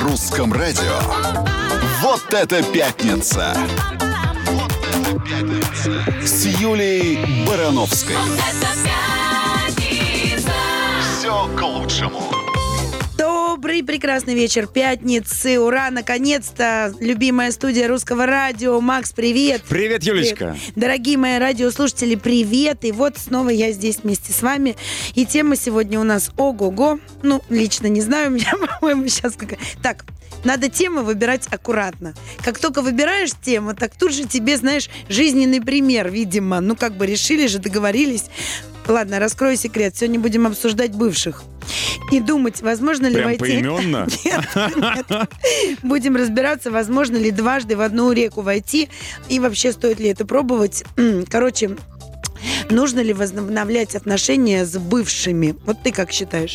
русском радио. Вот это пятница! Вот это пятница! С Юлией Барановской. Все к лучшему. Добрый, прекрасный вечер пятницы. Ура, наконец-то. Любимая студия русского радио. Макс, привет. Привет, Юлечка. Привет. Дорогие мои радиослушатели, привет. И вот снова я здесь вместе с вами. И тема сегодня у нас ого-го. Ну, лично не знаю, у меня, по-моему, сейчас какая... Так, надо темы выбирать аккуратно. Как только выбираешь тему, так тут же тебе, знаешь, жизненный пример, видимо. Ну, как бы решили же, договорились. Ладно, раскрою секрет. Сегодня будем обсуждать бывших. И думать, возможно ли прям войти... поименно? Нет. Будем разбираться, возможно ли дважды в одну реку войти. И вообще, стоит ли это пробовать. Короче, нужно ли возобновлять отношения с бывшими? Вот ты как считаешь?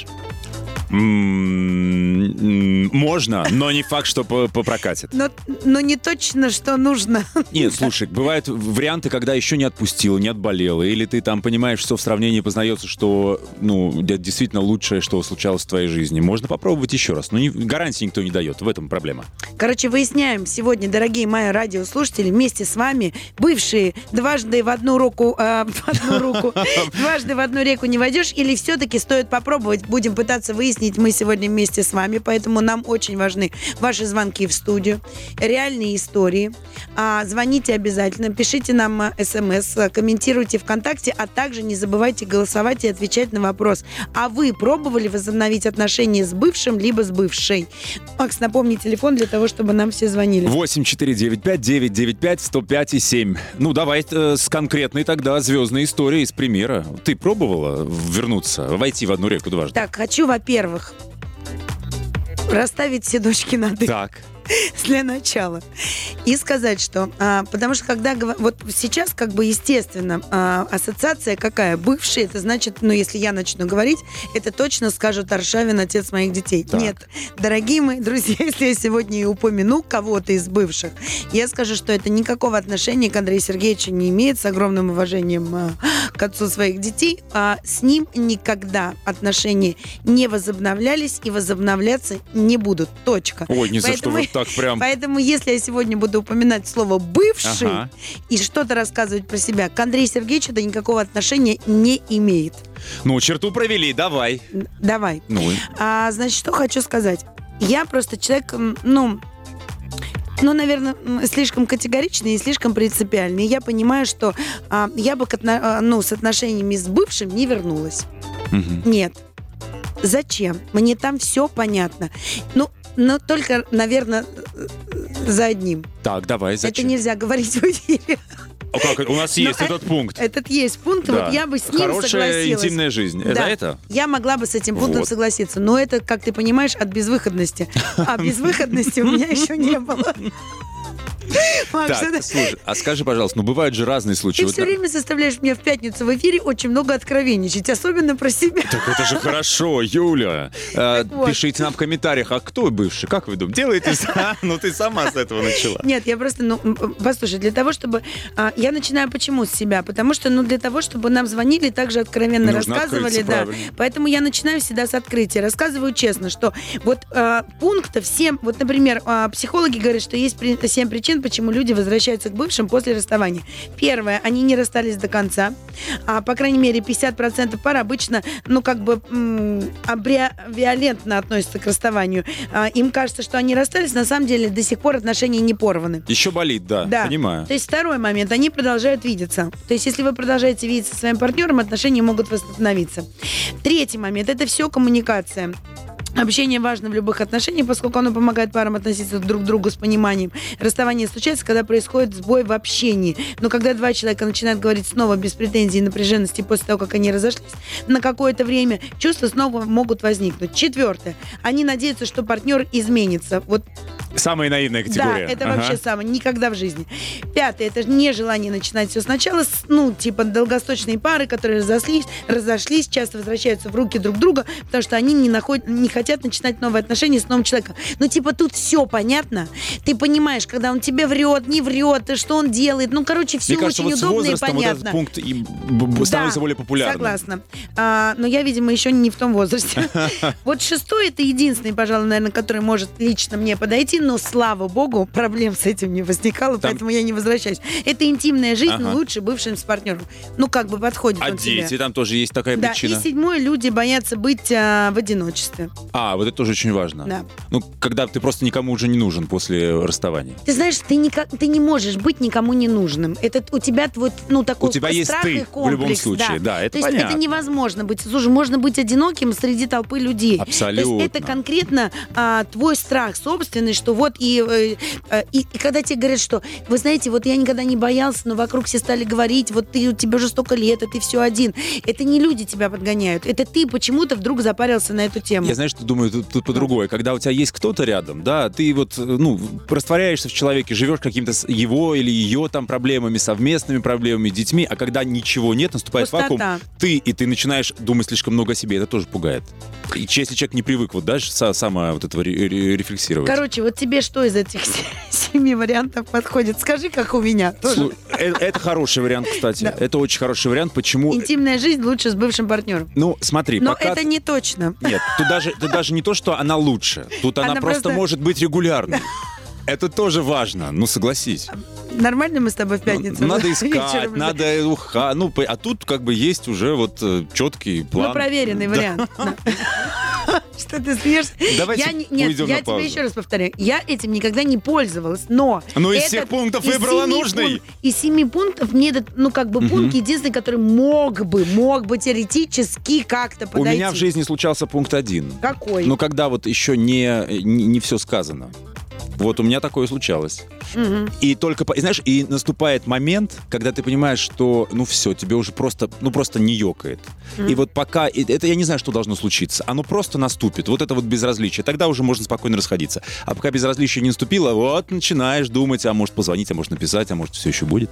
Можно, но не факт, что прокатит. Но не точно, что нужно. Нет, слушай, бывают варианты, когда еще не отпустила, не отболела, или ты там понимаешь, что в сравнении познается, что, ну, это действительно лучшее, что случалось в твоей жизни. Можно попробовать еще раз, но гарантии никто не дает, в этом проблема. Короче, выясняем сегодня, дорогие мои радиослушатели, вместе с вами, бывшие, дважды в одну руку, дважды в одну реку не войдешь, или все-таки стоит попробовать, будем пытаться выяснить мы сегодня вместе с вами, поэтому нам очень важны ваши звонки в студию, реальные истории. Звоните обязательно, пишите нам смс, комментируйте ВКонтакте, а также не забывайте голосовать и отвечать на вопрос. А вы пробовали возобновить отношения с бывшим либо с бывшей? Макс, напомни телефон для того, чтобы нам все звонили. 8495-995-105-7. Ну, давай с конкретной тогда звездной историей из примера. Ты пробовала вернуться, войти в одну реку дважды? Так, хочу, во-первых, расставить все точки над «и». Так. Для начала. И сказать, что... потому что когда... Вот сейчас, как бы, естественно, ассоциация какая? Бывший, это значит, ну, если я начну говорить, это точно скажут Аршавин, отец моих детей. Так. Нет. Дорогие мои друзья, если я сегодня и упомяну кого-то из бывших, я скажу, что это никакого отношения к Андрею Сергеевичу не имеет, с огромным уважением к отцу своих детей. С ним никогда отношения не возобновлялись и возобновляться не будут. Точка. Ой, ни за что вот так прям. Поэтому, если я сегодня буду упоминать слово «бывший» и что-то рассказывать про себя, к Андрею Сергеевичу это никакого отношения не имеет. Ну, черту провели, давай. Давай. Ну. Значит, что хочу сказать. Я просто человек, наверное, слишком категоричный и слишком принципиальный. Я понимаю, что я бы с отношениями с бывшим не вернулась. Угу. Нет. Зачем? Мне там все понятно. Но только, наверное, за одним. Так, давай, зачем? Это нельзя говорить в эфире. А как? У нас есть этот пункт. Этот есть пункт, Да. вот я бы с ним Хорошая согласилась. интимная жизнь. Да. Это? Я могла бы с этим пунктом Вот. согласиться. Но это, как ты понимаешь, от безвыходности. А безвыходности у меня еще не было. Макс, Так, слушай, а скажи, пожалуйста, бывают же разные случаи. ты все время заставляешь меня в пятницу в эфире очень много откровенничать, особенно про себя. Так это же хорошо, Юля. вот. Пишите нам в комментариях, а кто бывший? Как вы думаете? Делаете сам? Ну, ты сама с этого начала. Нет, я просто, послушай, для того, чтобы... я начинаю почему с себя? Потому что, для того, чтобы нам звонили, также откровенно Нужно рассказывали. открыться, Да. правильно. Поэтому я начинаю всегда с открытия. Рассказываю честно, что вот пунктов 7... Вот, например, психологи говорят, что есть 7 причин, почему люди возвращаются к бывшим после расставания. Первое, они не расстались до конца. По крайней мере, 50% пар обычно, виолентно относятся к расставанию. Им кажется, что они расстались, на самом деле до сих пор отношения не порваны. Еще болит, да, понимаю. То есть второй момент, они продолжают видеться. То есть если вы продолжаете видеться со своим партнером, отношения могут восстановиться. Третий момент, это все коммуникация. Общение важно в любых отношениях, поскольку оно помогает парам относиться друг к другу с пониманием. Расставание случается, когда происходит сбой в общении. Но когда два человека начинают говорить снова без претензий и напряженности после того, как они разошлись, на какое-то время чувства снова могут возникнуть. Четвертое. Они надеются, что партнер изменится. Вот Самая наивная Да, категория. это вообще самое, никогда в жизни. 5, это нежелание начинать все сначала. Ну, типа долгосрочные пары, которые разошлись, часто возвращаются в руки друг друга, потому что они не хотят начинать новые отношения с новым человеком. Ну, типа, тут все понятно. Ты понимаешь, когда он тебе врет, не врет, что он делает. Ну, короче, все Мне кажется, очень вот с удобно и возрастом вот понятно. этот пункт становится более популярным. Согласна. Но я, видимо, еще не в том возрасте. Вот 6 это единственный, пожалуй, наверное, который может лично мне подойти, но, слава богу, проблем с этим не возникало, поэтому я не возвращаюсь. Это интимная жизнь лучше бывшим с партнером. Ну, как бы подходит А он тебе. дети, там тоже есть такая причина. И 7, люди боятся быть в одиночестве. Вот это тоже очень важно. Да. Ну, когда ты просто никому уже не нужен после расставания. Ты знаешь, ты не можешь быть никому не нужным. Это у тебя твой, такой У тебя есть страх ты и комплекс. в любом случае, да, это То есть понятно. это невозможно быть. Слушай, можно быть одиноким среди толпы людей. Абсолютно. То есть это конкретно твой страх собственный, что вот и когда тебе говорят, что, вы знаете, вот я никогда не боялся, но вокруг все стали говорить, вот у тебя уже столько лет, и ты все один. Это не люди тебя подгоняют. Это ты почему-то вдруг запарился на эту тему. Я, знаешь, что думаю тут по-другому. Когда у тебя есть кто-то рядом, да, ты вот, растворяешься в человеке, живешь каким-то его или ее там проблемами, совместными проблемами, детьми, а когда ничего нет, наступает Пустота. вакуум, ты начинаешь думать слишком много о себе, это тоже пугает. И если человек не привык вот дальше само вот этого рефлексировать. Короче, вот тебе что из этих 7 вариантов подходит? Скажи, как у меня. Тоже. Это хороший вариант, кстати. Да. Это очень хороший вариант. Почему? Интимная жизнь лучше с бывшим партнером. Ну, смотри, Но пока... это не точно. Нет, тут даже не то, что она лучше. Тут она Она просто просто- может быть регулярной. Это тоже важно, согласись. Нормально мы с тобой в пятницу? Надо искать, вечером? надо а тут как бы есть уже вот четкий план. Ну, проверенный вариант. Да. Что ты смеешься? Давайте Нет, уйдем я на паузу. тебе еще раз повторяю. Я этим никогда не пользовалась, но... Ну, из этот- всех пунктов из выбрала 7 нужный. Из 7 пунктов мне этот, пункт единственный, который мог бы теоретически как-то У подойти. меня в жизни случался пункт 1. Какой? Но когда вот еще не все сказано. Вот у меня такое случалось. И только, знаешь, и наступает момент, когда ты понимаешь, что, все, тебе уже просто не ёкает. И вот пока, это я не знаю, что должно случиться, оно просто наступит, вот это вот безразличие, тогда уже можно спокойно расходиться. А пока безразличие не наступило, вот начинаешь думать, а может позвонить, а может написать, а может все еще будет.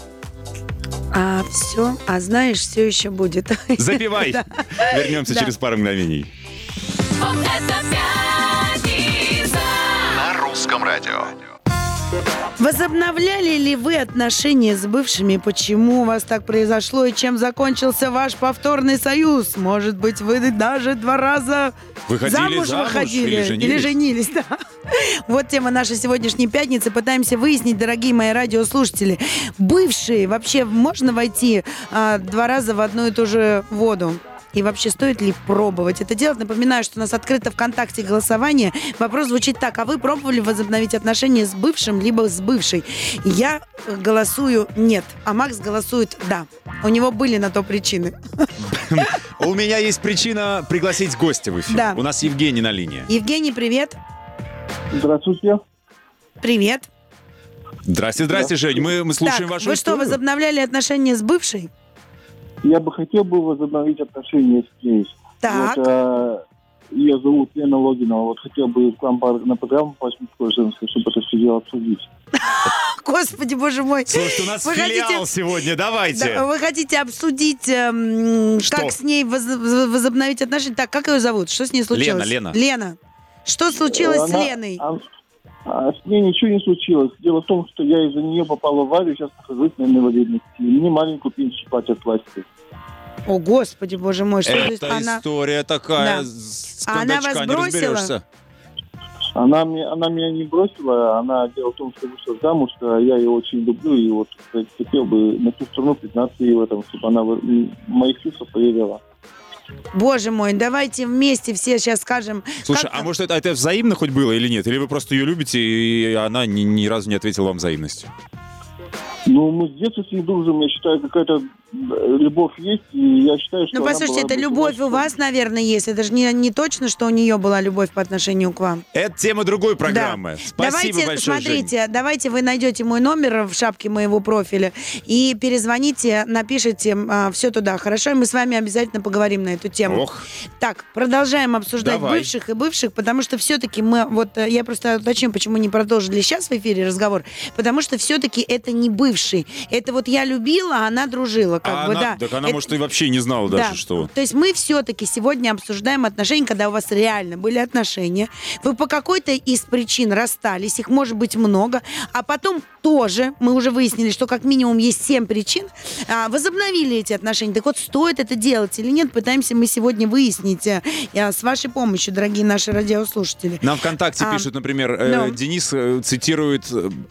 Знаешь, все еще будет. Запивай! Да. Вернемся Да. через пару мгновений. Вот это пятница! На русском радио. Возобновляли ли вы отношения с бывшими? Почему у вас так произошло? И чем закончился ваш повторный союз? Может быть, вы даже 2 раза Выходили замуж выходили? или женились? Да. Вот тема нашей сегодняшней пятницы. Пытаемся выяснить, дорогие мои радиослушатели. Бывшие, вообще можно войти 2 раза в одну и ту же воду? И вообще, стоит ли пробовать это делать? Напоминаю, что у нас открыто ВКонтакте голосование. Вопрос звучит так. А вы пробовали возобновить отношения с бывшим, либо с бывшей? Я голосую нет, а Макс голосует да. У него были на то причины. У меня есть причина пригласить гостя в эфир. Да. У нас Евгений на линии. Евгений, привет. Здравствуйте. Привет. Здрасте, Жень. Мы слушаем Так, вашу вы что, историю. возобновляли отношения с бывшей? Я бы хотел возобновить отношения с ней. Так. Вот, ее зовут Лена Логинова. Вот хотел бы к вам на программу попасть, мужское, женское, чтобы это все дело обсудить. Господи, боже мой. Слушайте, у нас Вы филиал хотите- сегодня, давайте. Да, вы хотите обсудить, как с ней возобновить отношения? Так, как ее зовут? Что с ней случилось? Лена. Что случилось с Леной? С ней ничего не случилось. Дело в том, что я из-за нее попала в аварию, сейчас нахожусь на инвалидности. И мне маленькую пенсию платят власти. О, Господи, боже мой, что здесь Это она... история такая, Да. с А она кондачка вас не бросила? разберешься. Она меня не бросила. Она, дело в том, что вышла замуж, что я ее очень люблю. И вот хотел бы на ту сторону признаться ей в этом, чтобы она в моих чувствах поверила. Боже мой, давайте вместе все сейчас скажем... Слушай, как- а может это взаимно хоть было или нет? Или вы просто ее любите, и она ни разу не ответила вам взаимностью? Ну, мы с детства с ней дружим, я считаю, какая-то любовь есть, и я считаю, что Ну, она послушайте, была это бы любовь у хорошей. вас, наверное, есть. Это же не точно, что у нее была любовь по отношению к вам. Это тема другой программы. Да. Спасибо Давайте, большое, смотрите, давайте вы найдете мой номер в шапке моего профиля и перезвоните, напишите все туда, хорошо? И мы с вами обязательно поговорим на эту тему. Ох. Так, продолжаем обсуждать Давай. бывших и бывших, потому что все-таки мы, вот я просто уточню, почему не продолжили сейчас в эфире разговор, потому что все-таки это не бывший. Это вот я любила, а она дружила, как бы, она, да. Так она, Это- может, и вообще не знала даже, да. что... То есть мы все-таки сегодня обсуждаем отношения, когда у вас реально были отношения. Вы по какой-то из причин расстались, их может быть много, а потом тоже, мы уже выяснили, что как минимум есть 7 причин, возобновили эти отношения. Так вот, стоит это делать или нет, пытаемся мы сегодня выяснить с вашей помощью, дорогие наши радиослушатели. Нам ВКонтакте пишут, например, Денис цитирует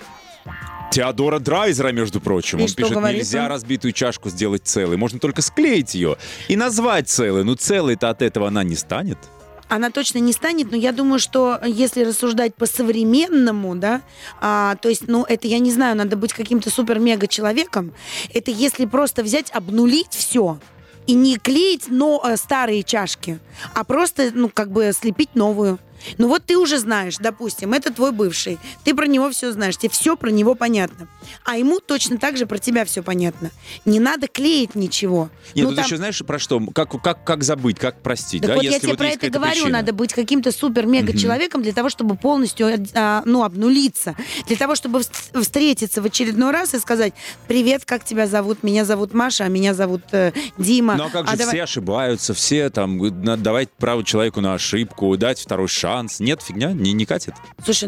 Теодора Драйзера, между прочим. И Он что пишет, говорит нельзя он? разбитую чашку сделать целой. Можно только склеить ее и назвать целой. Ну, целой-то от этого она не станет. Она точно не станет, но я думаю, что если рассуждать по-современному, да, то есть, ну, это, я не знаю, надо быть каким-то супер-мега-человеком. Это если просто взять, обнулить все и не клеить старые чашки, а просто, ну, как бы слепить новую. Ну вот ты уже знаешь, допустим, это твой бывший, ты про него все знаешь, тебе все про него понятно, а ему точно так же про тебя все понятно. Не надо клеить ничего. Нет, Ну, тут там- еще знаешь про что? Как забыть, как простить? Так да, вот я если тебе вот про есть это какая-то говорю, причина. надо быть каким-то супер-мега-человеком для того, чтобы полностью обнулиться, для того, чтобы встретиться в очередной раз и сказать: привет, как тебя зовут? Меня зовут Маша, а меня зовут Дима. Ну а как же давай- все ошибаются, все там, надо давать право человеку на ошибку, дать второй шанс. Нет, фигня, не катит. Слушай,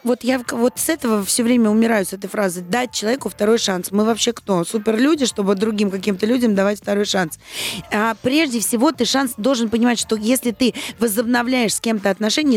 я вот с этого все время умираю, с этой фразы. Дать человеку второй шанс. Мы вообще кто? Суперлюди, чтобы другим каким-то людям давать второй шанс. Прежде всего, ты шанс должен понимать, что если ты возобновляешь с кем-то отношения,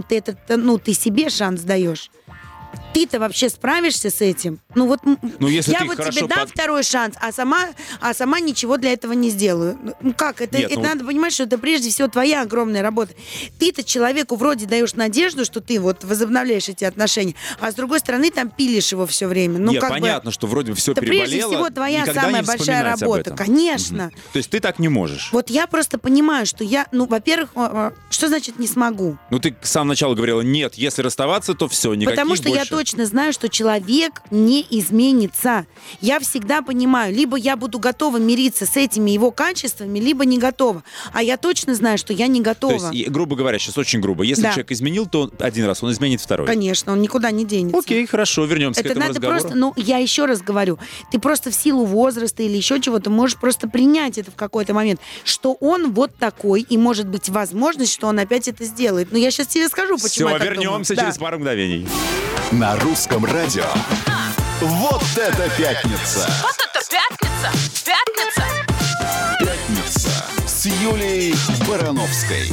ты себе шанс даешь. Ты-то вообще справишься с этим? Ну вот Ну, если я ты вот хорошо тебе дам второй шанс, а сама ничего для этого не сделаю. Ну как? Это Нет, ну- надо понимать, что это прежде всего твоя огромная работа. Ты-то человеку вроде даешь надежду, что ты вот возобновляешь эти отношения, а с другой стороны там пилишь его все время. Ну Нет, как понятно, что вроде бы все это переболело. прежде всего твоя никогда самая не большая вспоминать об работа. этом. Конечно. Мгм. То есть ты так не можешь. Вот я просто понимаю, что во-первых, что значит не смогу? Ну ты с самого начала говорила, нет, если расставаться, то все, никаких Потому что я больше. точно знаю, что человек не изменится. Я всегда понимаю, либо я буду готова мириться с этими его качествами, либо не готова. А я точно знаю, что я не То готова. есть, грубо говоря, сейчас очень грубо. Если Да. человек изменил, то один раз, он изменит второй. Конечно, он никуда не денется. Окей, хорошо, вернемся к Это этому надо разговору. просто, я еще раз говорю, ты просто в силу возраста или еще чего-то можешь просто принять это в какой-то момент, что он вот такой, и может быть возможность, что он опять это сделает. Но я сейчас тебе скажу, почему Все, я так вернемся думаю. через пару мгновений. На русском радио. Вот это пятница! Вот это пятница! Пятница! Пятница с Юлией Барановской.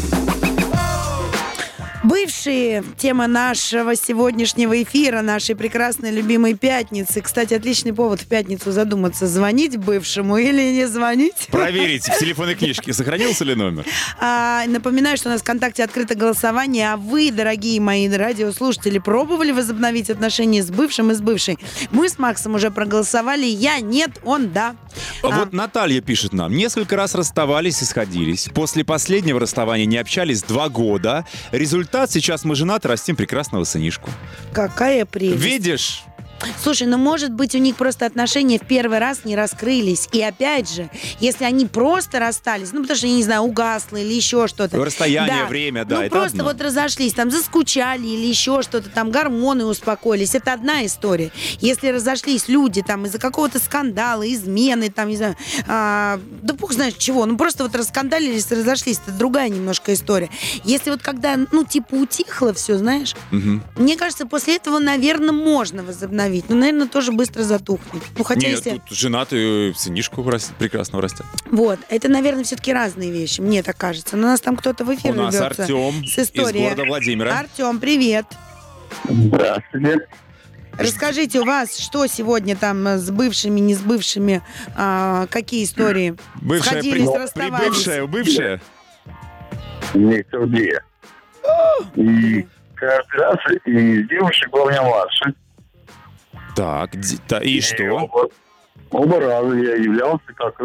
Бывшие — тема нашего сегодняшнего эфира, нашей прекрасной любимой пятницы. Кстати, отличный повод в пятницу задуматься, звонить бывшему или не звонить. Проверите в телефонной книжке, сохранился ли номер. Напоминаю, что у нас в ВКонтакте открыто голосование, а вы, дорогие мои радиослушатели, пробовали возобновить отношения с бывшим и с бывшей? Мы с Максом уже проголосовали, я нет, он да. Вот Наталья пишет нам. Несколько раз расставались и сходились. После последнего расставания не общались 2 года. Результат: сейчас мы женаты, растим прекрасного сынишку. Какая прелесть. Видишь? Слушай, ну может быть у них просто отношения в первый раз не раскрылись. И опять же, если они просто расстались, ну потому что, я не знаю, угасло или еще что-то. Расстояние, время, да, Ну это просто одно. вот разошлись, там заскучали или еще что-то, там гормоны успокоились. Это одна история. Если разошлись люди там из-за какого-то скандала, измены, там, не знаю, да бог знает чего, ну просто вот раскандалились, разошлись, это другая немножко история. Если вот когда, типа утихло все, знаешь, Мгм. мне кажется, после этого, наверное, можно возобновить. Но, наверное, тоже быстро затухнет. Ну, хотя Нет, если... тут женатый сынишку прекрасного растет. Вот, это, наверное, все-таки разные вещи, мне так кажется. Но у нас там кто-то в эфир У нас рвется Артем с из историей. города Владимира. Артем, привет. Здравствуйте. Расскажите, у вас что сегодня там с бывшими, не с бывшими, какие истории? Бывшая, Сходились, расставались. бывшая. У меня их целых 2. И каждый раз из девушек была у меня младше. Так, и что? Оба раза я являлся как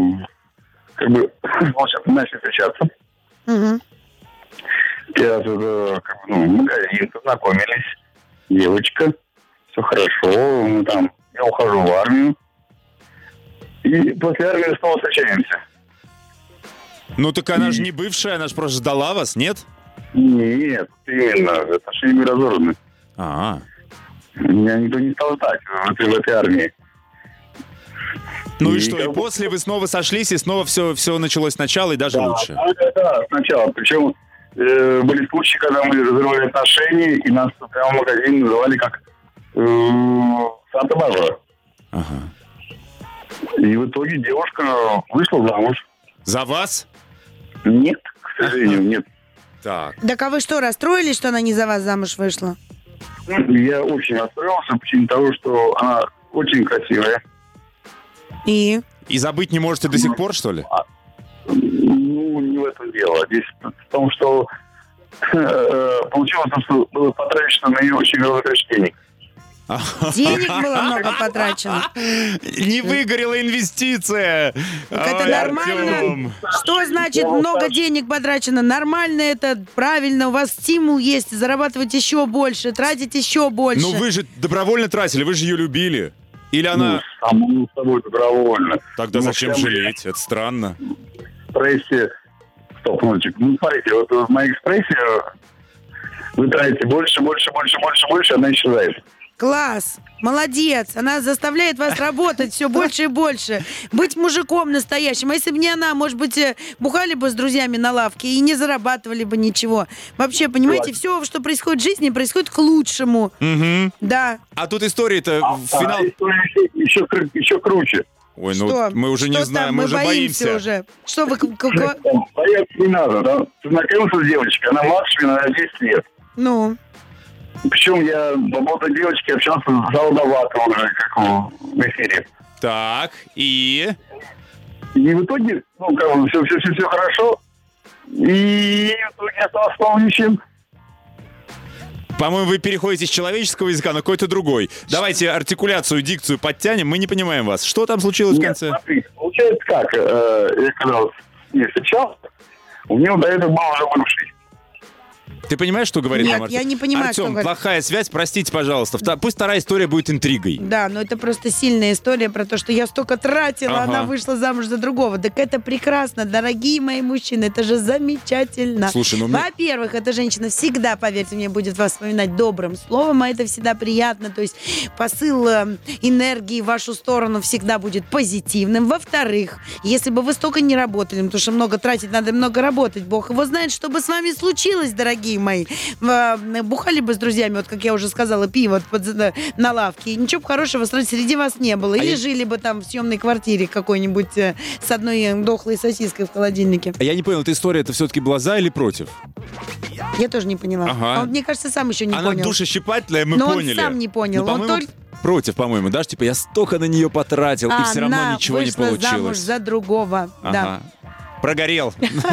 бы, начали встречаться. Мгм. Я в магазин познакомились. Девочка, все хорошо, я ухожу в армию. И после армии снова встречаемся. Ну так она же не бывшая, она же просто ждала вас, нет? Нет, именно, отношения были разорваны. А. Меня никто не стал ждать в этой армии. Ну и что, и после вы снова сошлись, и снова все началось сначала, и даже лучше? Да, сначала. Причем были случаи, когда мы разрывали отношения, и нас прямо в магазине называли как Санта-Барбара. Ага. И в итоге девушка вышла замуж. За вас? Нет, к сожалению, нет. Так. Так а вы что, расстроились, что она не за вас замуж вышла? Я очень расстроился по причине того, что она очень красивая. И? И забыть не можете до сих пор, что ли? Не в этом дело. Здесь в том, что получилось, что было потрачено на нее очень много денег. Денег было много потрачено. Не выгорела инвестиция. Так это нормально? Артём. Что значит много денег потрачено? Нормально это, правильно, у вас стимул есть, зарабатывать еще больше, тратить еще больше. Ну вы же добровольно тратили, вы же ее любили. Или она... Само собой добровольно. Тогда зачем жалеть? Это странно. В экспрессе... Стоп, минуточку. Смотрите, вот в моей экспрессе вы тратите больше, она исчезает. Класс, молодец. Она заставляет вас работать все больше и больше. Быть мужиком настоящим. А если бы не она, может быть, бухали бы с друзьями на лавке и не зарабатывали бы ничего. Вообще, понимаете, все, что происходит в жизни, происходит к лучшему. Угу. Да. А тут история-то финал... Еще круче. Ой, Что? мы уже не Что знаем, там? мы уже боимся. Уже. Что вы... Бояться не надо, да? Ты знакомился с девочкой, она младше меня на 10 лет. Ну... Причем я по поводу девочки общался жалобовато уже, как в эфире. Так, и в итоге, все хорошо. И в итоге осталось снова ничем. по-моему, вы переходите с человеческого языка на какой-то другой. Давайте артикуляцию, дикцию подтянем, мы не понимаем вас. Что там случилось в конце? Смотри, получается как, я когда с ней встречался, у нее до этого был уже бывший. Ты понимаешь, что говорит Нет, нам Артем? я не понимаю, Артем, что говорит. плохая связь, простите, пожалуйста. Пусть вторая история будет интригой. Да, но это просто сильная история про то, что я столько тратила, Ага. она вышла замуж за другого. Так это прекрасно, дорогие мои мужчины, это же замечательно. Слушай, ну мне... Во-первых, эта женщина всегда, поверьте мне, будет вас вспоминать добрым словом, а это всегда приятно. То есть посыл энергии в вашу сторону всегда будет позитивным. Во-вторых, если бы вы столько не работали, потому что много тратить надо, много работать, Бог его знает, что бы с вами случилось, дорогие мои. Бухали бы с друзьями, вот как я уже сказала, пиво на лавке, и ничего бы хорошего среди вас не было. Или жили бы там в съемной квартире какой-нибудь с одной дохлой сосиской в холодильнике. А я не понял, эта история, это все-таки была за или против? Я тоже не поняла. Ага. Он, мне кажется, сам еще не Она понял. душещипательная, мы Но поняли. он сам не понял. Ну, Он по-моему, только... против, по-моему, да? Типа я столько на нее потратил, и все равно Она ничего не вышла замуж получилось. за другого. Да. Ага. Прогорел.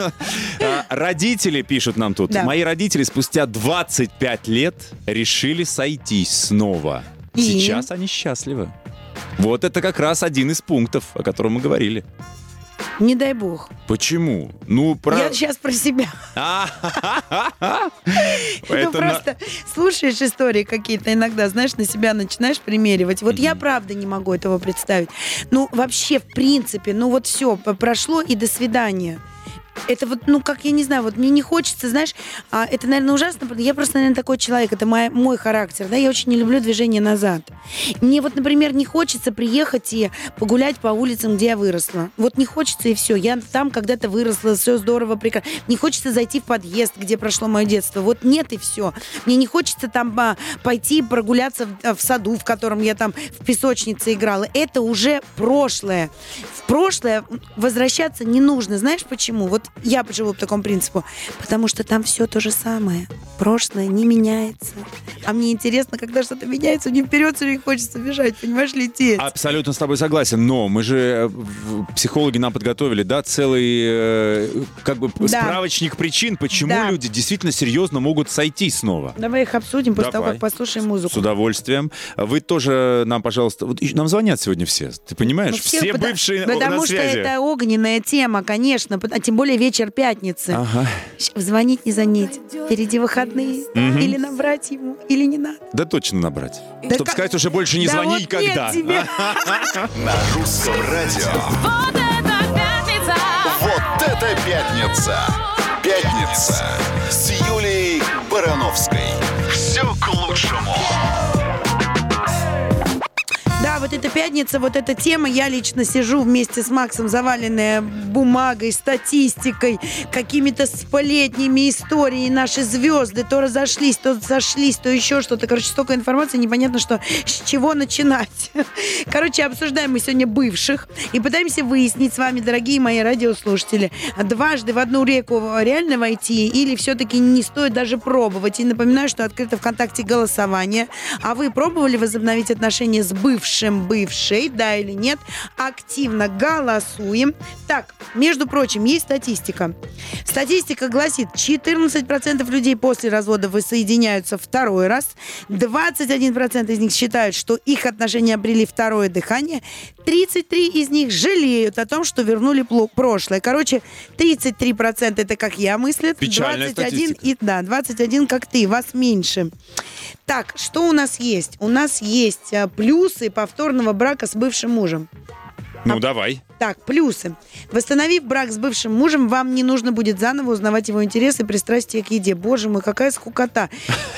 Родители пишут нам тут. Да. Мои родители спустя 25 лет решили сойтись снова. И? Сейчас они счастливы. Вот это как раз один из пунктов, о котором мы говорили. Не дай бог. Почему? Ну, Я сейчас про себя. Ну, просто слушаешь истории какие-то иногда, знаешь, на себя начинаешь примеривать. Вот я правда не могу этого представить. Ну, вообще, в принципе, ну вот все, прошло и до свидания. Это вот, ну, как, я не знаю, вот мне не хочется, знаешь, это, наверное, ужасно, я просто, наверное, такой человек, это мой характер, да, я очень не люблю движение назад. Мне вот, например, не хочется приехать и погулять по улицам, где я выросла. Вот не хочется, и все. Я там когда-то выросла, все здорово, прекрасно. Не хочется зайти в подъезд, где прошло мое детство. Вот нет, и все. Мне не хочется там пойти прогуляться в саду, в котором я там в песочнице играла. Это уже прошлое. В прошлое возвращаться не нужно. Знаешь почему? Вот я живу по такому принципу, потому что там все то же самое. Прошлое не меняется. А мне интересно, когда что-то меняется, мне вперед все время хочется бежать, понимаешь, лететь. Абсолютно с тобой согласен, но мы же, психологи нам подготовили, да, целый справочник причин, почему люди действительно серьезно могут сойти снова. Давай их обсудим после того, как послушаем музыку. С удовольствием. Вы тоже нам, пожалуйста, вот нам звонят сегодня все, ты понимаешь? Все бывшие на связи. Потому что это огненная тема, конечно, а тем более вечер пятницы. Ага. Звонить, не звонить. Впереди выходные. Или набрать ему, или не надо. Да точно набрать. Чтобы сказать, уже больше не звонить вот никогда. На русском радио. Вот это пятница! Вот это пятница! Пятница с Юлией Барановской. Все к лучшему. Да, вот эта пятница, вот эта тема, я лично сижу вместе с Максом, заваленная бумагой, статистикой, какими-то сплетнями, историей. Наши звезды то разошлись, то сошлись, то еще что-то. Короче, столько информации, непонятно, что с чего начинать. Короче, обсуждаем мы сегодня бывших и пытаемся выяснить с вами, дорогие мои радиослушатели, дважды в одну реку реально войти или все-таки не стоит даже пробовать. И напоминаю, что открыто ВКонтакте голосование. А вы пробовали возобновить отношения с бывшей, да или нет? Активно голосуем. Так, между прочим, есть статистика. Статистика гласит, 14% людей после развода воссоединяются второй раз, 21% из них считают, что их отношения обрели второе дыхание, 33 из них жалеют о том, что вернули прошлое. Короче, 33% это как я мыслят, печальная 21 как ты, вас меньше. Так, что у нас есть? У нас есть плюсы повторного брака с бывшим мужем. Ну, давай. Так, плюсы. Восстановив брак с бывшим мужем, вам не нужно будет заново узнавать его интересы и пристрастия к еде. Боже мой, какая скукота.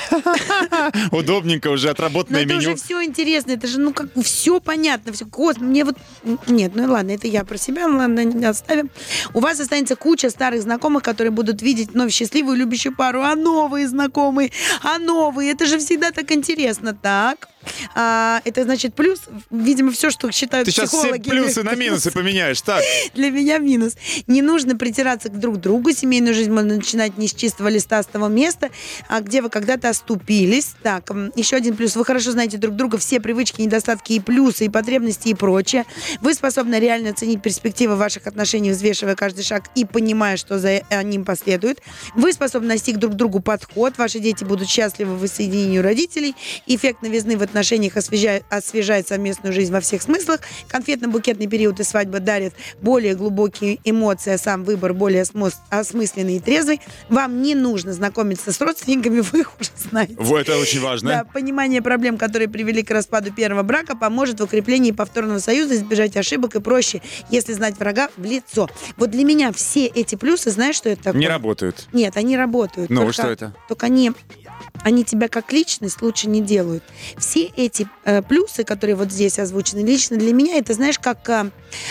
Удобненько уже отработанное меню. Это уже все интересно, это же, все понятно. Все. Мне вот... Нет, ладно, это я про себя, ладно, оставим. У вас останется куча старых знакомых, которые будут видеть вновь счастливую, любящую пару, а новые знакомые, это же всегда так интересно. Так, это значит плюс, видимо, все, что считают психологи. Ты сейчас все плюсы на минусы поменяешь, так? Для меня минус. Не нужно притираться к друг другу. Семейную жизнь можно начинать не с чистого листа, а с того места, где вы когда-то оступились. Так, еще один плюс. Вы хорошо знаете друг друга, все привычки, недостатки и плюсы, и потребности, и прочее. Вы способны реально оценить перспективы ваших отношений, взвешивая каждый шаг и понимая, что за ним последует. Вы способны найти друг к другу подход. Ваши дети будут счастливы в воссоединении родителей. Эффект новизны в отношениях освежает совместную жизнь во всех смыслах. Конфетно-букетный период и свадьба дарят более глубокие эмоции, а сам выбор более осмысленный и трезвый. Вам не нужно знакомиться с родственниками, вы их уже знаете. Вот это очень важно. Да, понимание проблем, которые привели к распаду первого брака, поможет в укреплении повторного союза, избежать ошибок и проще, если знать врага в лицо. Вот для меня все эти плюсы, знаешь, что это такое? Не работают. Нет, они работают. Ну, что это? Только они тебя как личность лучше не делают. Все эти плюсы, которые вот здесь озвучены, лично для меня, это, знаешь, как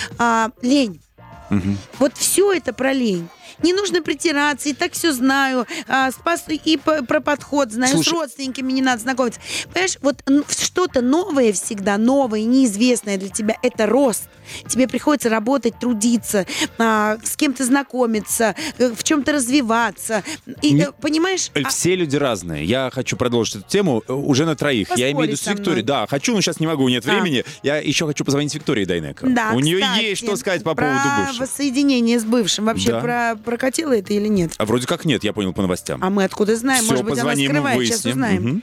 лень. Угу. Вот все это про лень. Не нужно притираться, и так все знаю, и про подход знаю. Слушай, с родственниками не надо знакомиться. Понимаешь, вот что-то новое всегда, новое, неизвестное для тебя, это рост. Тебе приходится работать, трудиться, с кем-то знакомиться, в чем-то развиваться. И, понимаешь? Все люди разные. Я хочу продолжить эту тему уже на троих. Поспорить я имею в виду с Викторией. Да, хочу, но сейчас не могу, нет времени. Я еще хочу позвонить Виктории Дайнеко. Да, у нее кстати, есть что сказать по поводу бывших. Про воссоединение с бывшим. Вообще прокатило это или нет? А вроде как нет, я понял по новостям. А мы откуда знаем? Все, может быть, она скрывает, сейчас узнаем.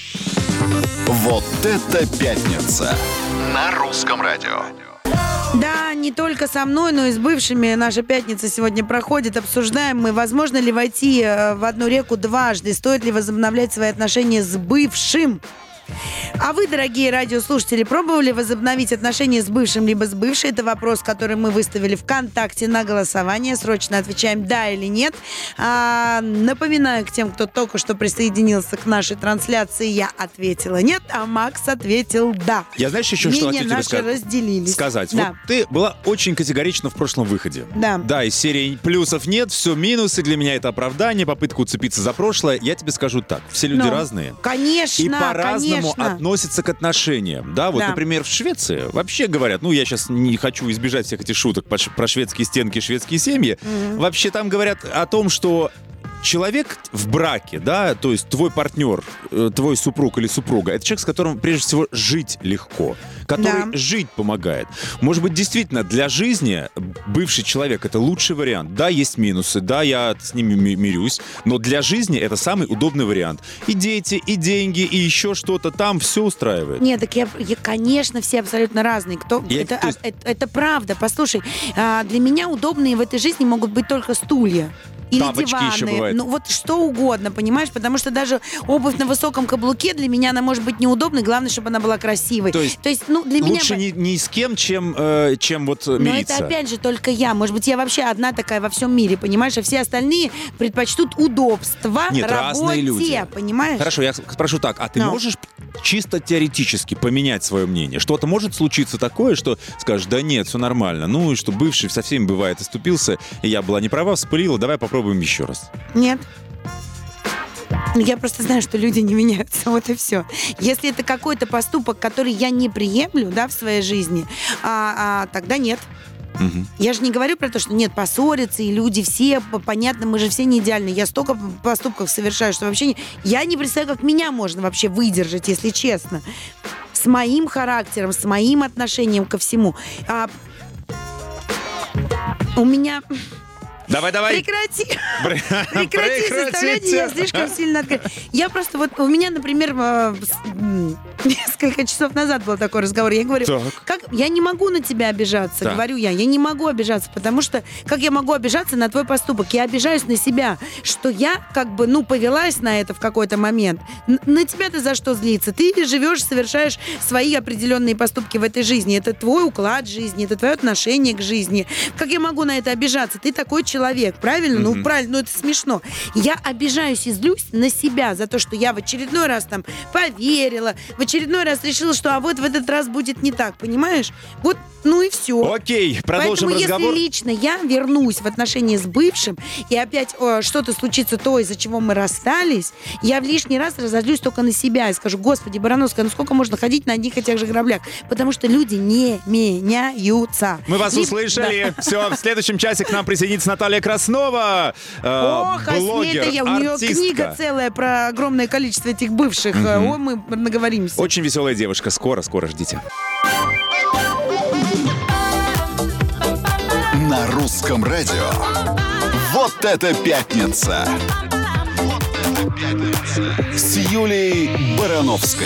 Вот это пятница на русском радио. Да, не только со мной, но и с бывшими наша пятница сегодня проходит. Обсуждаем мы, возможно ли войти в одну реку дважды, стоит ли возобновлять свои отношения с бывшим. А вы, дорогие радиослушатели, пробовали возобновить отношения с бывшим либо с бывшей? Это вопрос, который мы выставили ВКонтакте на голосование. Срочно отвечаем «да» или «нет». Напоминаю к тем, кто только что присоединился к нашей трансляции, я ответила «нет», а Макс ответил «да». Я знаешь еще, что хочу тебе разделились. сказать? Да. Вот ты была очень категорична в прошлом выходе. Да. Да, из серии плюсов нет, все минусы, для меня это оправдание, попытка уцепиться за прошлое. Я тебе скажу так, все люди разные. Конечно, и по-разному по-разному Конечно. относятся к отношениям. Да, вот, Да. например, в Швеции вообще говорят, ну, я сейчас не хочу избежать всех этих шуток про шведские стенки, шведские семьи. Вообще там говорят о том, что человек в браке, да, то есть твой партнер, твой супруг или супруга, это человек, с которым прежде всего жить легко, который Да. жить помогает. Может быть, действительно, для жизни бывший человек — это лучший вариант. Да, есть минусы, да, я с ними мирюсь, но для жизни это самый удобный вариант. И дети, и деньги, и еще что-то там, все устраивает. Нет, так конечно, все абсолютно разные. То есть- Это правда. Послушай, для меня удобные в этой жизни могут быть только стулья. Или Тапочки диваны. еще бывает. Ну вот что угодно, понимаешь? Потому что даже обувь на высоком каблуке для меня она может быть неудобной, главное, чтобы она была красивой. То есть ну, для Лучше меня... ни с кем, чем вот Но мириться. это опять же только я. Может быть, я вообще одна такая во всем мире, понимаешь? А все остальные предпочтут удобства, Нет, разные работе, люди. понимаешь? Хорошо, я спрошу так, а ты Ну. можешь чисто теоретически поменять свое мнение? Что-то может случиться такое, что скажешь, да нет, все нормально. Ну и что бывший со всеми бывает оступился, и я была не права, вспылила, давай попробуем еще раз. Нет. Я просто знаю, что люди не меняются, вот и все. Если это какой-то поступок, который я не приемлю, да, в своей жизни, тогда нет. Мгм. Я же не говорю про то, что нет, поссорятся, и люди все, понятно, мы же все не идеальны. Я столько поступков совершаю, что вообще я не представляю, как меня можно вообще выдержать, если честно. С моим характером, с моим отношением ко всему. У меня... Давай. Прекрати заставлять меня слишком сильно открыть. Я просто вот, у меня, например, несколько часов назад был такой разговор. Я говорю, Так. я не могу на тебя обижаться, Так. говорю я не могу обижаться, потому что как я могу обижаться на твой поступок? Я обижаюсь на себя, что я повелась на это в какой-то момент. На тебя-то за что злиться? Ты живешь, совершаешь свои определенные поступки в этой жизни. Это твой уклад жизни, это твое отношение к жизни. Как я могу на это обижаться? Ты такой человек, правильно? Ну, правильно, но это смешно. Я обижаюсь и злюсь на себя за то, что я в очередной раз там поверила, в очередной раз решила, что вот в этот раз будет не так, понимаешь? Вот, ну и все. Окей, продолжим Поэтому, разговор. если лично я вернусь в отношения с бывшим, и опять что-то случится то, из-за чего мы расстались, я в лишний раз разозлюсь только на себя и скажу, господи, Барановская, ну сколько можно ходить на одних и тех же граблях? Потому что люди не меняются. Мы вас услышали. Все, в следующем часе к нам присоединится Наталья Краснова, Ох, блогер, Асмета, у нее артистка. книга целая про огромное количество этих бывших. Ой, мы наговоримся. Очень веселая девушка. Скоро ждите. На русском радио. Вот это пятница. Вот это пятница. С Юлией Барановской.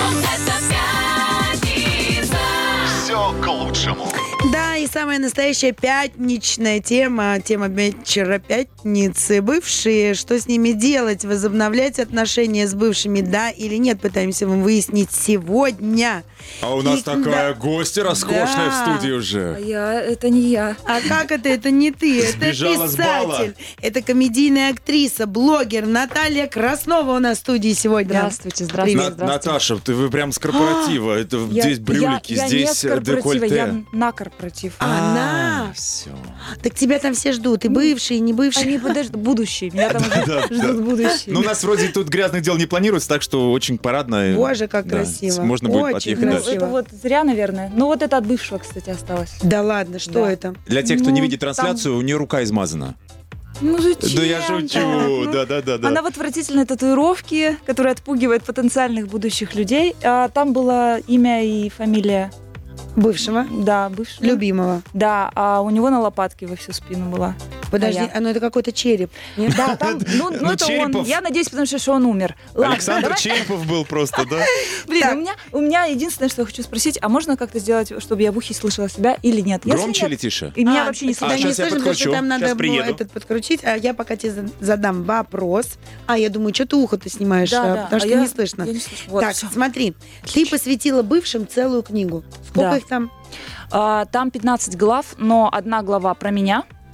Все к лучшему. Да, и самая настоящая пятничная тема вечера пятницы. Бывшие, что с ними делать? Возобновлять отношения с бывшими, да или нет? Пытаемся вам выяснить сегодня. А у нас И- такая да. гостья роскошная в Да. студии уже. Это не я. А как это? Это не ты, это Сбежала с бала. писатель. Это комедийная актриса, блогер Наталья Краснова у нас в студии сегодня. Здравствуйте, здравствуйте, Привет. здравствуйте. Наташа, вы прям с корпоратива. Это здесь брюлики, я здесь не с корпоратива, декольте. я на корпоратив. Она. Все. Так тебя там все ждут, и бывшие, и не бывшие. Они подождут, будущие. Меня там уже ждут будущие. Ну, у нас вроде тут грязных дел не планируется, так что очень парадно. Боже, как Да, красиво. Можно будет Очень отъехать Ну, дальше. красиво. это вот зря, наверное. Ну, вот это от бывшего, кстати, осталось. Да ладно, что Да. это? Для тех, кто не Ну, видит трансляцию, у нее рука измазана. Ну, зачем? Да я шучу. Ну, Да. Она в отвратительной татуировке, которая отпугивает потенциальных будущих людей. А там было имя и фамилия, Бывшего? да, бывшего. Любимого. Да, а у него на лопатке во всю спину была. Подожди, А я? ну это какой-то череп. нет? Да, там, ну это Черепов. он. Я надеюсь, потому что он умер. Ладно, Александр давай. Черепов был просто, да? Блин, Так. у меня единственное, что я хочу спросить, а можно как-то сделать, чтобы я в ухе слышала себя или нет? Если Громче нет, или тише? И меня вообще не тогда слышно. щас я слышно, потому что подкручу. там надо Щас было приеду. подкрутить. А я пока тебе задам вопрос. А я думаю, что ты ухо-то снимаешь, потому что я не слышно. я не слышу. Вот, Так, всё. смотри, ты посвятила бывшим целую книгу. Сколько Да. их там? Там 15 глав, но одна глава про меня,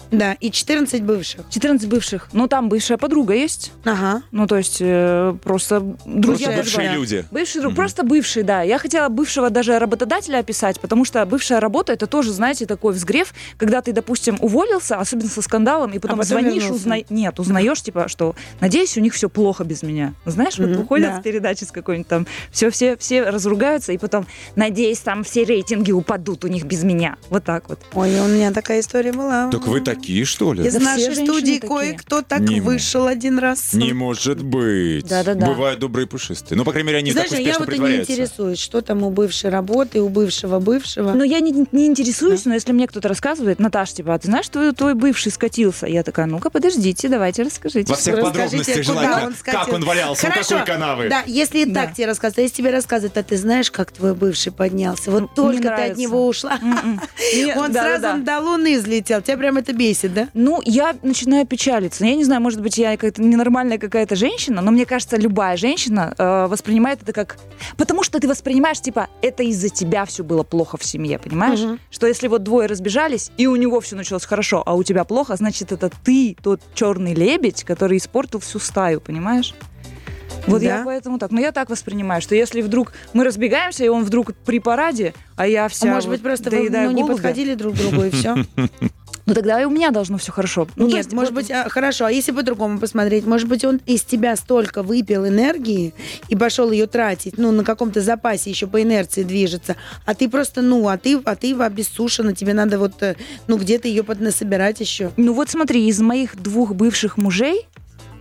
Да, и 14 бывших. 14 бывших. Но там бывшая подруга есть. Ага. Ну, то есть просто друзья. Просто бывшие даже- люди. Бывший друг, просто бывший, да. Я хотела бывшего даже работодателя описать, потому что бывшая работа — это тоже, знаете, такой взгрев, когда ты, допустим, уволился, особенно со скандалом, и потом потом звонишь, вернулся. узнаешь, типа, что, надеюсь, у них все плохо без меня. Знаешь, вот выходят да. с передачи с какой-нибудь там, все разругаются, и потом, надеюсь, там все рейтинги упадут у них без меня. Вот так вот. Ой, у меня такая история была. Так вы такие, что ли? Из Да все нашей женщины студии такие. кое-кто так Не вышел один раз. Не может быть. Да-да-да. Бывают добрые пушистые. Ну, по крайней мере, они Знаешь, так я успешно вот и не притворяются. интересуюсь, что там у бывшей работы, у бывшего. Но я не интересуюсь, но если мне кто-то рассказывает, Наташ, типа, а ты знаешь, что твой бывший скатился? Я такая, ну-ка, подождите, давайте расскажите. Во всех Расскажите, подробностях куда желательно, он скатил. как он валялся, у Хорошо. какой канавы. Да, если и Да. так тебе рассказывают, а если тебе рассказывают, а ты знаешь, как твой бывший поднялся? Вот Мне только ты от нравится. него ушла. Он сразу до Луны взлетел. Тебя прям это бесит, да? Ну, я начинаю печалиться. Я не знаю, может быть, я как-то ненормальная какая-то женщина, но мне кажется, любая женщина воспринимает это как... Потому что ты воспринимаешь, типа, это из-за тебя все было плохо в семье, понимаешь? Мгм. Что если вот двое разбежались, и у него все началось хорошо, а у тебя плохо, значит, это ты, тот черный лебедь, который испортил всю стаю, понимаешь? Вот Да. я поэтому так. Но я так воспринимаю, что если вдруг мы разбегаемся, и он вдруг при параде, а я А вся может быть, просто вы доедаю не голубя, подходили друг к другу, и все? ну тогда и у меня должно все хорошо. Ну, то Нет, есть может вот- быть, хорошо. А если по-другому посмотреть? Может быть, он из тебя столько выпил энергии и пошел ее тратить, ну, на каком-то запасе еще по инерции движется, а ты просто, а ты обессушена, тебе надо вот, где-то ее поднасобирать еще. Ну вот смотри, из моих 2 бывших мужей,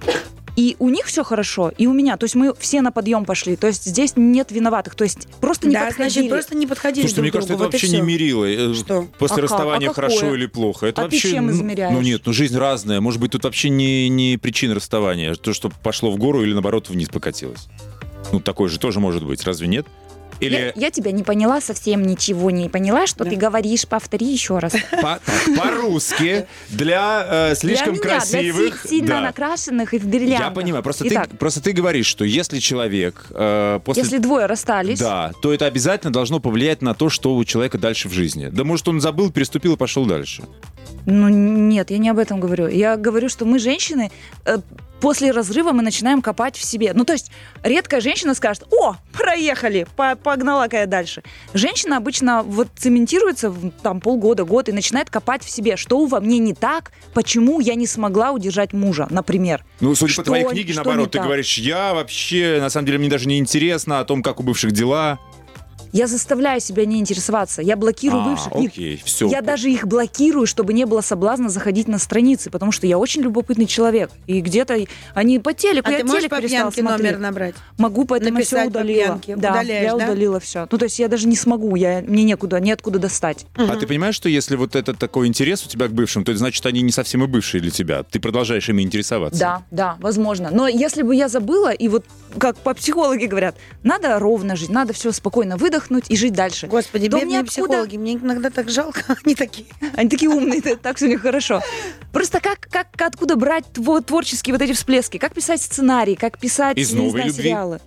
и у них все хорошо, и у меня. То есть мы все на подъем пошли. То есть здесь нет виноватых. То есть просто не Да, подходили. значит, просто не подходили Слушайте, мне друг кажется, это другу. Вот и вообще не всё. мерило. Что? После А как? расставания А какое? хорошо или плохо. Это А ты вообще, чем измеряешь? Ну нет, жизнь разная. Может быть, тут вообще не причина расставания. То, что пошло в гору или, наоборот, вниз покатилось. Ну, такое же тоже может быть. Разве нет? Или Я тебя не поняла, совсем ничего не поняла, что Да. ты говоришь. Повтори еще раз. по-русски для слишком для меня, красивых... для сильно да. накрашенных и в бриллиантах. Я понимаю. Просто Итак, ты говоришь, что если человек после... если 2 расстались, Да, то это обязательно должно повлиять на то, что у человека дальше в жизни. Да может, он забыл, переступил и пошел дальше. ну нет, я не об этом говорю. Я говорю, что мы, женщины, после разрыва мы начинаем копать в себе. Ну, то есть редкая женщина скажет: о, проехали, погнала-ка я дальше. Женщина обычно вот цементируется там полгода, год и начинает копать в себе, что во мне не так, почему я не смогла удержать мужа, например. Ну, судя по Что- твоей книге, что наоборот, не ты так? говоришь, я вообще, на самом деле, мне даже не интересно о том, как у бывших дела. Я заставляю себя не интересоваться. Я блокирую бывших. Их- окей, все. Я даже их блокирую, чтобы не было соблазна заходить на страницы, потому что я очень любопытный человек. И где-то они по телеку, А я ты можешь телек по перестала пьянке смотреть. номер набрать? Могу, поэтому я все Написать по удалила. пьянке. Да, Удаляешь, я да? удалила все. Ну, то есть я даже не смогу, мне неоткуда достать. А ты понимаешь, что если вот этот такой интерес у тебя к бывшим, то это значит, они не совсем и бывшие для тебя. Ты продолжаешь ими интересоваться. Да, возможно. Но если бы я забыла, и вот как по психологи говорят, надо ровно жить, надо все спокойно выдохнуть и жить дальше. Господи, То бедные мне откуда- психологи. Мне иногда так жалко, они такие. Они такие умные, так все у них хорошо. Просто откуда брать творческие вот эти всплески? Как писать сценарий, как писать, Из не новой знаю, любви? сериалы?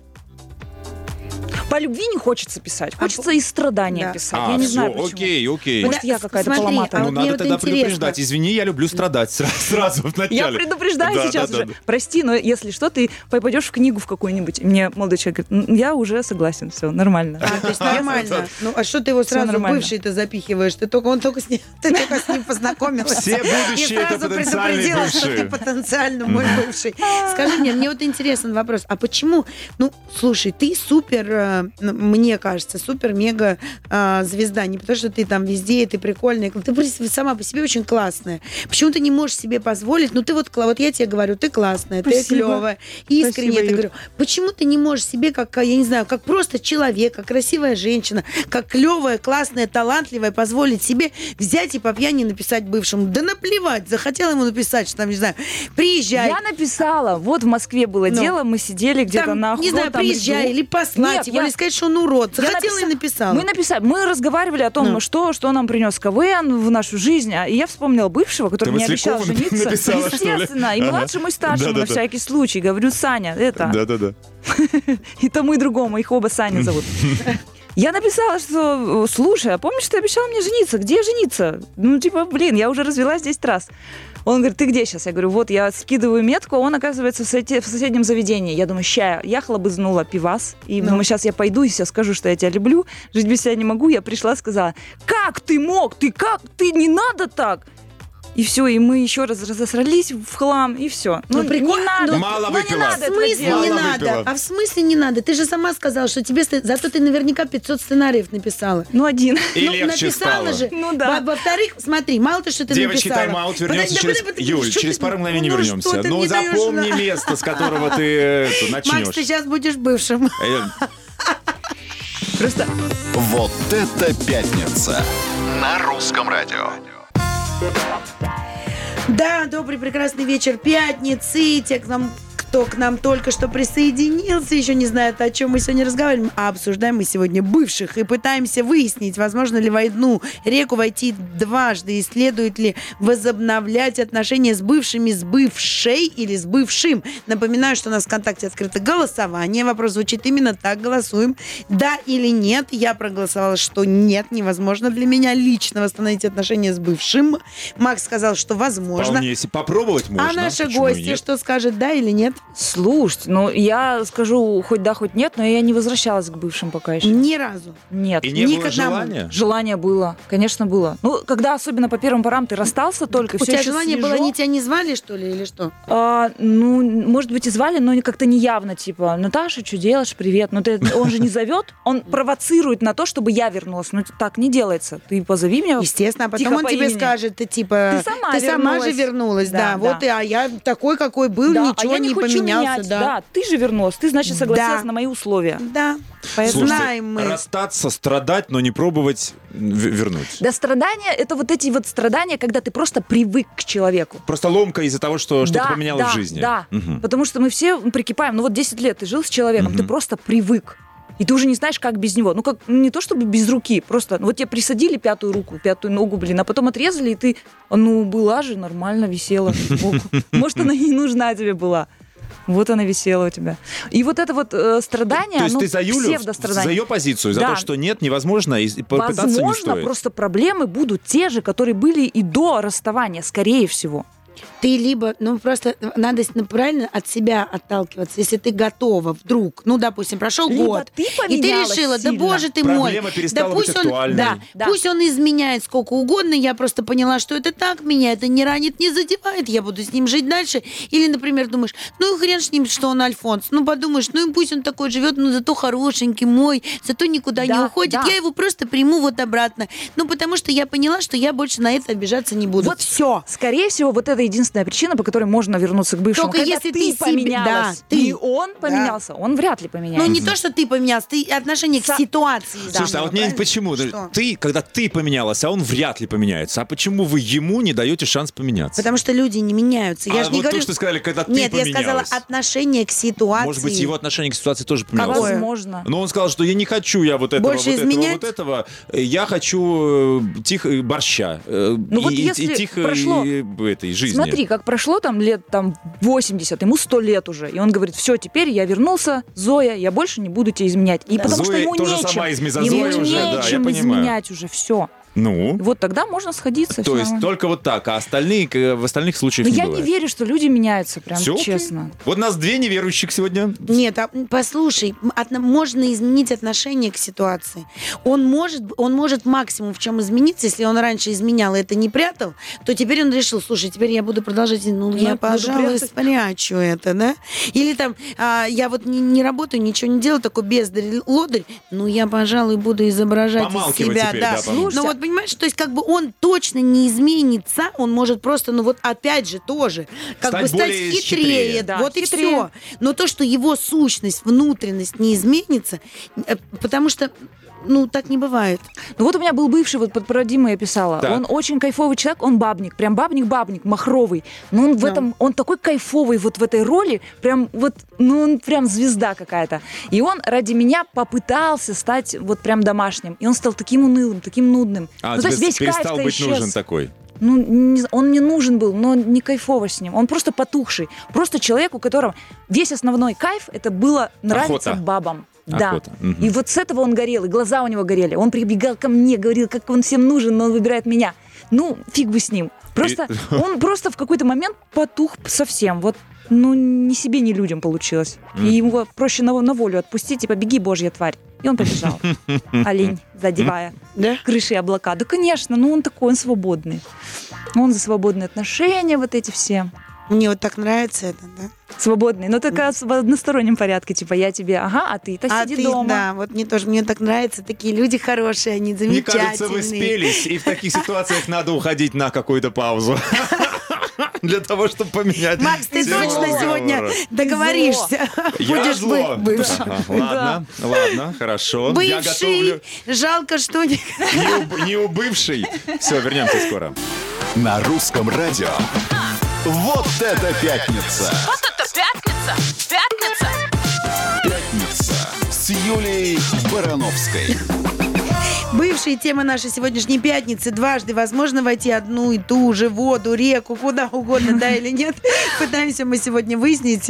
По любви не хочется писать, хочется из страдания Да. писать. Я не всё, знаю, почему. окей. Может, я какая-то Смотри, поломатая. а Ну, вот надо мне тогда вот интересно. предупреждать. Извини, я люблю страдать сразу в начале. Я предупреждаю Да, сейчас да, уже. да. Прости, но если что, ты попадешь в книгу в какую-нибудь. Мне молодой человек говорит: я уже согласен, все нормально. То есть нормально. Ну, а что ты его Всё сразу нормально. бывший-то запихиваешь? Ты только с ним познакомилась. Все будущие И это сразу потенциальные предупредила, что бывшие. ты потенциально мой бывший. Скажи мне вот интересный вопрос. А почему, слушай, ты супер, мне кажется, супер-мега звезда. Не потому, что ты там везде, ты прикольная. Ты сама по себе очень классная. Почему ты не можешь себе позволить? Ну, ты вот я тебе говорю, ты классная, ты Спасибо. клевая. Искренне Спасибо, это Юль. говорю. Почему ты не можешь себе, как, я не знаю, как просто человек, как красивая женщина, как клевая, классная, талантливая, позволить себе взять и по пьяни написать бывшему? Да наплевать, захотела ему написать, что там, не знаю, приезжай. Я написала. Вот в Москве было Ну. дело, мы сидели где-то Там, на не знаю, охотном приезжай лесу. или послать Нет, его, я- или сказать, что он урод. Я Захотела и написала. Мы написали, мы разговаривали о том, Ну. что нам принес КВН в нашу жизнь. И я вспомнила бывшего, который Ты мне обещал Василькову жениться. написала, что ли? Естественно. И Ага. младшему, и старшему Да-да-да. на всякий случай. Говорю: Саня, это. Да. И тому, и другому. Их оба Саня зовут. Я написала, что, слушай, а помнишь, ты обещала мне жениться? Где жениться? Ну, типа, блин, я уже развелась 10 раз. Он говорит, ты где сейчас? Я говорю, вот, я скидываю метку, а он, оказывается, в соседнем заведении. Я думаю, ща, я хлобызнула пивас, и думаю, сейчас я пойду и все скажу, что я тебя люблю, жить без тебя не могу. Я пришла, сказала, как ты мог? Ты не надо так. И все, и мы еще раз разосрались в хлам, и все. Ну, не надо. Мало выпила. Не надо В смысле этого не делать. надо? выпила. А в смысле не надо? Ты же сама сказала, что тебе... Зато ты наверняка 500 сценариев написала. Ну, один. И легче написала стало. же. Ну да. Во-вторых, смотри, мало то, что ты Девочки, написала. тайм-аут, вернемся Подожди, через... подожди, Юль, что через ты- пару мгновений ну, вернемся. что ты Ну, мне даешь запомни на- место, с которого ты Макс, начнешь. ты сейчас будешь бывшим. Просто Вот это пятница на русском радио. Да, добрый, прекрасный вечер пятницы. Те, кто к нам только что присоединился, еще не знает, о чем мы сегодня разговариваем, а обсуждаем мы сегодня бывших и пытаемся выяснить, возможно ли в одну реку войти дважды и следует ли возобновлять отношения с бывшими, с бывшей или с бывшим. Напоминаю, что у нас в ВКонтакте открыто голосование. Вопрос звучит именно так. Голосуем. Да или нет. Я проголосовала, что нет, невозможно для меня лично восстановить отношения с бывшим. Макс сказал, что возможно. Вполне, если попробовать можно. А наша почему и гостья нет? что скажет, да или нет? слушайте, ну, я скажу хоть да, хоть нет, но я не возвращалась к бывшим пока еще. Ни разу. Нет. И не Ни было к одному. желания? Желание было, конечно, было. Ну, когда особенно по первым порам ты расстался только, У все тебя еще желание было, свежо. они тебя не звали, что ли, или что? Ну, может быть, и звали, но как-то неявно, типа, Наташа, что делаешь, привет. Ну, он же не зовет, он провоцирует на то, чтобы я вернулась. Ну, так не делается. Ты позови меня. Естественно, а потом тихо он по тебе имени. скажет, ты типа, Ты сама же вернулась, да, Да, вот да. и, а я такой, какой был, Да, ничего а я не хочу поменялся, менять. да. Ты же вернулась, ты, значит, согласилась Да. на мои условия. Да, Поэтому... Слушайте, знаем мы. расстаться, страдать, но не пробовать вернуть. Да, страдания, это вот эти вот страдания, когда ты просто привык к человеку. Просто ломка из-за того, что что-то Да, поменялось да, в жизни. Да, Мгм. потому что мы все прикипаем. Ну вот 10 лет ты жил с человеком, ты просто привык. И ты уже не знаешь, как без него. Ну, как не то чтобы без руки, просто вот тебе присадили пятую руку, пятую ногу, а потом отрезали, и ты, была же, нормально висела сбоку. Может, она и не нужна тебе была. Вот она висела у тебя. И вот это вот страдание, То есть ты за Юлю, псевдострадание. за ее позицию, за Да. то, что нет, невозможно, и попытаться не Возможно, стоит. просто проблемы будут те же, которые были и до расставания, скорее всего. Ты либо, просто надо правильно от себя отталкиваться, если ты готова вдруг, допустим, прошел Либо год, ты и ты поменялась решила, да сильно. боже ты мой, Проблема перестала да быть пусть он, актуальной. Да. пусть он изменяет сколько угодно, я просто поняла, что это так, меня это не ранит, не задевает, я буду с ним жить дальше. Или, например, думаешь, и хрен с ним, что он Альфонс, подумаешь, и пусть он такой живет, зато хорошенький мой, зато никуда не Да, уходит, да. я его просто приму вот обратно. Потому что я поняла, что я больше на это обижаться не буду. Вот все. Скорее всего, вот это единственная причина, по которой можно вернуться к бывшему. Только Когда если ты ты себе- поменялась, да, ты. и он поменялся, он вряд ли поменяется. Не то, что ты поменялся, ты отношение к ситуации. Слушай, а вот мне правильно? почему? Что? Когда ты поменялась, а он вряд ли поменяется. А почему вы ему не даете шанс поменяться? Потому что люди не меняются. Я А же не вот говорю... то, что сказали, когда ты Нет, я поменялась. сказала отношение к ситуации. Может быть, его отношение к ситуации тоже поменялось. Какое? Возможно. Но он сказал, что я не хочу я вот этого, Больше вот этого, изменять? вот этого. Я хочу борща. Вот если прошло- этой жизни. Смотри, как прошло лет 80, ему 100 лет уже. И он говорит, все, теперь я вернулся, Зоя, я больше не буду тебя изменять. И потому что Зоя ему тоже нечем. сама из Ему мезозоя уже, да, я нечем понимаю. изменять уже, все. Ну? Вот тогда можно сходиться. То всё есть нормально. только вот так, а остальные, в остальных случаях Но не я бывает. не верю, что люди меняются, прям Всё окей. честно. Вот нас две неверующих сегодня. Нет, послушай, можно изменить отношение к ситуации. Он может максимум в чем измениться, если он раньше изменял и это не прятал, то теперь он решил, слушай, теперь я буду продолжать, я, буду пожалуй, прятать. спрячу это, да? Или я вот не работаю, ничего не делаю, такой бездарь-лодырь, я, пожалуй, буду изображать из Помалкивать себя, теперь, да. да, помалкивать. Но вот понимаешь, то есть он точно не изменится, он может просто, опять же тоже, Стать стать более хитрее, хитрее. Да, вот и хитрее. все. Но то, что его сущность, внутренность не изменится, потому что, так не бывает. Ну вот у меня был бывший, вот про Диму я писала. Так. Он очень кайфовый человек, он бабник, прям бабник, махровый. Но он в этом, он такой кайфовый вот в этой роли, прям вот, он прям звезда какая-то. И он ради меня попытался стать вот прям домашним. И он стал таким унылым, таким нудным. А, то есть тебе весь перестал кайф-то быть исчез. нужен такой. Он мне нужен был, но не кайфово с ним. Он просто потухший. Просто человек, у которого весь основной кайф, это было нравиться Охота. бабам. Да. Охота. Мгм. И вот с этого он горел, и глаза у него горели. Он прибегал ко мне, говорил, как он всем нужен, но он выбирает меня. Ну, фиг бы с ним. Просто он просто в какой-то момент потух совсем. Вот, ну, ни себе, ни людям получилось. И его проще на волю отпустить, типа, беги, божья тварь. И он побежал. Олень, задевая Да? крыши и облака. Да, конечно, ну он такой, он свободный. Он за свободные отношения вот эти все. Мне вот так нравится это, да? Свободный, но только в одностороннем порядке. Типа, я тебе, ага, а ты-то А сиди ты, дома. да, вот мне тоже, мне так нравится, такие люди хорошие, они Мне замечательные. кажется, вы спелись, и в таких ситуациях надо уходить на какую-то паузу. Для того, чтобы поменять Макс, ты тему точно разговора. сегодня договоришься? Я Будешь зло. бывшим. Ага, ладно, хорошо. Я готовлю. Бывший, жалко, что не... Не убывший. Все, вернемся скоро. На русском радио. Вот это пятница! Вот это пятница! Пятница! Пятница с Юлией Барановской. Бывшая тема нашей сегодняшней пятницы. Дважды возможно войти одну и ту же воду, реку, куда угодно, да или нет. Пытаемся мы сегодня выяснить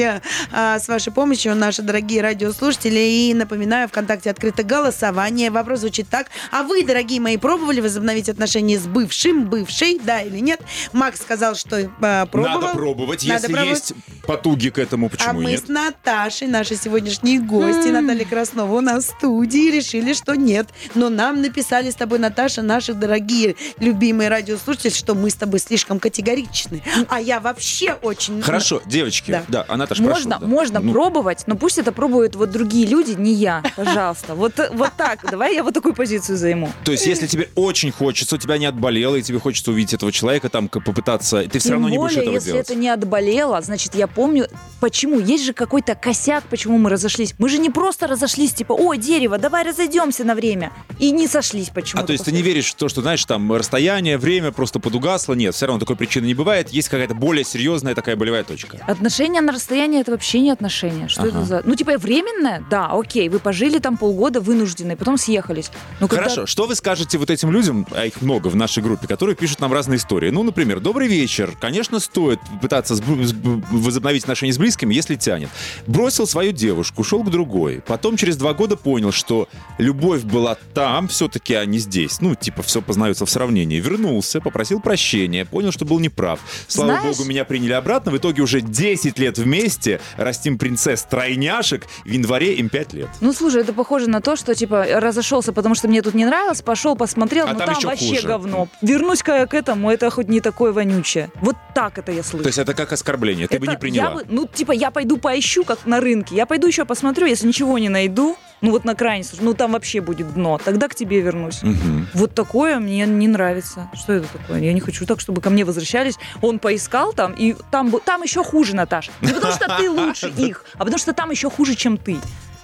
с вашей помощью, наши дорогие радиослушатели. И напоминаю, ВКонтакте открыто голосование. Вопрос звучит так. А вы, дорогие мои, пробовали возобновить отношения с бывшим, бывшей, да или нет? Макс сказал, что пробовал. Надо пробовать. Надо Если пробовать. есть потуги к этому, А почему мы нет? с Наташей, наши сегодняшние гости, Наталья Краснова, у нас в студии, решили, что нет. Но нам написали с тобой, Наташа, наши дорогие, любимые радиослушатели, что мы с тобой слишком категоричны. А я вообще очень... Хорошо, девочки. Да. Да, Наташа, прошу. Можно, да. можно Ну, пробовать, но пусть это пробуют вот другие люди, не я, пожалуйста. Вот так, давай я вот такую позицию займу. То есть, если тебе очень хочется, у тебя не отболело, и тебе хочется увидеть этого человека, там, попытаться, ты все Тем равно не будешь более, этого если делать. это не отболело, значит, я помню, почему. Есть же какой-то косяк, почему мы разошлись. Мы же не просто разошлись, типа, о, дерево, давай разойдемся на время. И не сошлись почему-то. А то есть ты не веришь в то, что, знаешь, там расстояние, время просто подугасло? Нет, все равно такой причины не бывает. Есть какая-то более серьезная такая болевая точка. Отношения на расстоянии — это вообще не отношения. Что это Ага. за... Ну, типа, временное? Да, окей. Вы пожили там полгода вынужденные, потом съехались. Но когда- Хорошо, что вы скажете вот этим людям, а их много в нашей группе, которые пишут нам разные истории? Ну, например, добрый вечер. Конечно, стоит пытаться возобновить отношения с близкими, если тянет. Бросил свою девушку, ушел к другой. Потом через 2 года понял, что любовь была там все-таки, а не здесь. Ну, типа, все познается в сравнении. Вернулся, попросил прощения, понял, что был неправ. Слава Знаешь- богу, меня приняли обратно. В итоге уже 10 лет вместе растим принцесс-тройняшек. В январе им 5 лет. Ну, слушай, это похоже на то, что, типа, разошелся, потому что мне тут не нравилось, пошел, посмотрел, А ну там там еще вообще хуже. говно. Вернусь-ка я к этому, это хоть не такое вонючее. Вот так это я слышу. То есть это как оскорбление, ты бы не Это приняла. ну, типа, я пойду поищу, как на рынке. Я пойду еще посмотрю, если ничего не найду, ну, вот на крайний случай, ну, там вообще будет дно, тогда к тебе вернусь. Мгм. Вот такое мне не нравится. Что это такое? Я не хочу так, чтобы ко мне возвращались. Он поискал там, и там еще хуже, Наташа. Не потому что ты лучше их, а потому что там еще хуже, чем ты.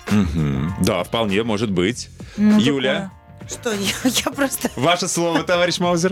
Мгм. Да, вполне может быть. Ну, Юля, Что, я просто... ваше слово, товарищ Маузер.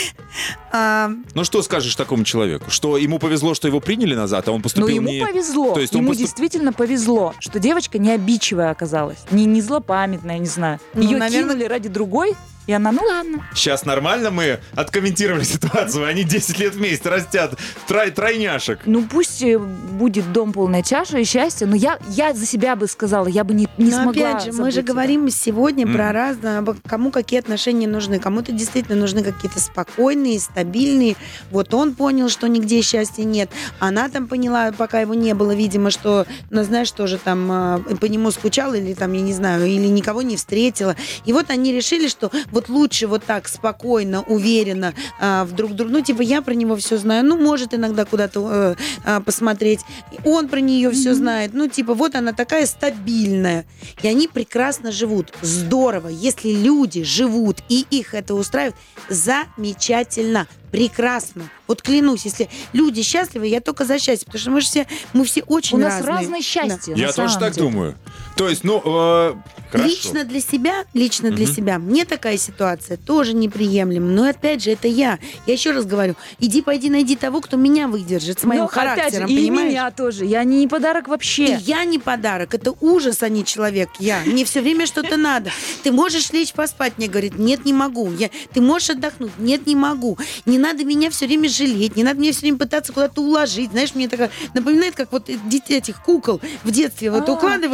а, Ну что скажешь такому человеку? Что ему повезло, что его приняли назад, а он поступил Но ему не... повезло. То есть он Ему поступ- действительно повезло, что девочка не обидчивая оказалась. Не злопамятная, не знаю. Ну, Ее наверное- кинули ради другой, и она, ну ладно. Сейчас нормально мы откомментировали ситуацию. Они 10 лет вместе растят тройняшек. Ну пусть будет дом полная чаша и счастье, но я за себя бы сказала, я бы не Но смогла опять же, мы забыть же тебя. говорим сегодня про разное, кому какие отношения нужны. Кому-то действительно нужны какие-то спокойные, стабильные. Вот он понял, что нигде счастья нет. Она там поняла, пока его не было, видимо, что, ну, знаешь, тоже там по нему скучала или там, я не знаю, или никого не встретила. И вот они решили, что вот лучше вот так спокойно, уверенно в друг друга. Ну, типа, я про него все знаю. Ну, может иногда куда-то посмотреть. Он про нее все знает. Ну, типа, вот она такая стабильная. И они прекрасно живут. Здорово. Если люди живут и их это устраивает, замечательно. Прекрасно. Вот клянусь, если люди счастливы, я только за счастье, потому что мы все очень У нас разные. разное счастье. Я на тоже самом так деле. думаю. То есть, ну, хорошо. Лично для себя, мне такая ситуация тоже неприемлема. Но опять же, это я. Я еще раз говорю, пойди найди того, кто меня выдержит с моим Но, опять характером, же, и понимаешь? меня тоже. Я не подарок вообще. И я не подарок, это ужас, а не человек. Мне все время что-то надо. Ты можешь лечь поспать, мне говорит, нет, не могу. Ты можешь отдохнуть, нет, не могу. Не надо меня все время жалеть, не надо меня все время пытаться куда-то уложить. Знаешь, мне такая напоминает, как вот этих кукол в детстве вот укладываешь Пишет спать.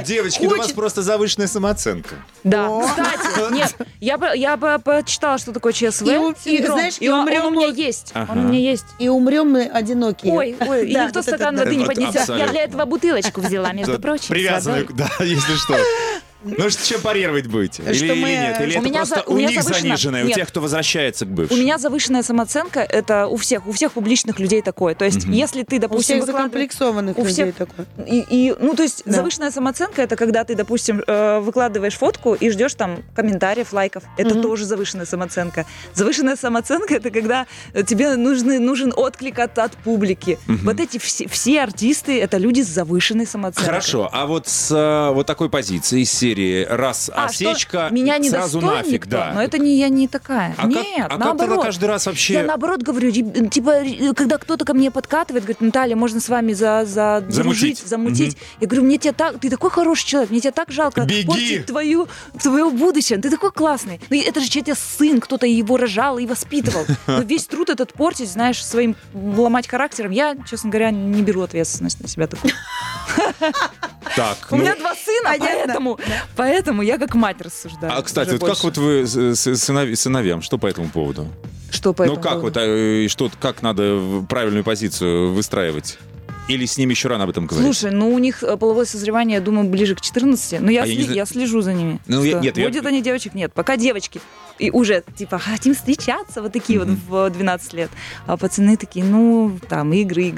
девочки, у вас просто завышенная самооценка. Да, кстати, нет, я бы почитала, что такое ЧСВ. знаешь, и он у меня есть. Он у меня есть. И умрем мы одинокие. Ой, и Да, никто вот это стакан да. воды не Вот поднесет. Я абсолютно. для этого бутылочку взяла, между прочим. с Привязанную, водой. да, если что. Ну, чем парировать будете? Что Или мы- нет? Или У это меня просто у у меня них завышена- заниженная, у Нет. тех, кто возвращается к У бывшим? меня завышенная самооценка, это у всех публичных людей такое. То есть, если ты, У допустим, всех закомплексованных у людей всех- такое. ну, то есть, Да. завышенная самооценка, это когда ты, допустим, выкладываешь фотку и ждешь там комментариев, лайков. Это тоже завышенная самооценка. Завышенная самооценка, это когда тебе нужен отклик от публики. Вот эти все артисты, это люди с завышенной самооценкой. Хорошо, а вот с вот такой позиции из серии раз осечка, что меня не сразу достоин нафиг, никто? да. Но это не я не такая. А Нет, как наоборот. тогда каждый раз вообще... Я наоборот говорю, типа, когда кто-то ко мне подкатывает, говорит, Наталья, можно с вами замутить. Я говорю, мне тебя так, ты такой хороший человек, мне тебя так жалко Беги! портить твое будущее, ты такой классный. Ну, это же чей-то сын, кто-то его рожал и воспитывал. Но весь труд этот портить, знаешь, своим ломать характером, я, честно говоря, не беру ответственность на себя такую. Так, У ну, меня 2 сына, поэтому я как мать рассуждаю. а, кстати, уже вот как больше. вот вы сыновьям, что по этому поводу? Что по Ну этому как поводу? вот, как надо правильную позицию выстраивать? Или с ними еще рано об этом говорить? Слушай, ну у них половое созревание, я думаю, ближе к 14. Но я, А я не знаю- я слежу за ними. Ну, Что, нет, будет они девочек? Нет. Пока девочки. И уже, типа, хотим встречаться, вот такие вот в 12 лет. А пацаны такие, ну, там, игры.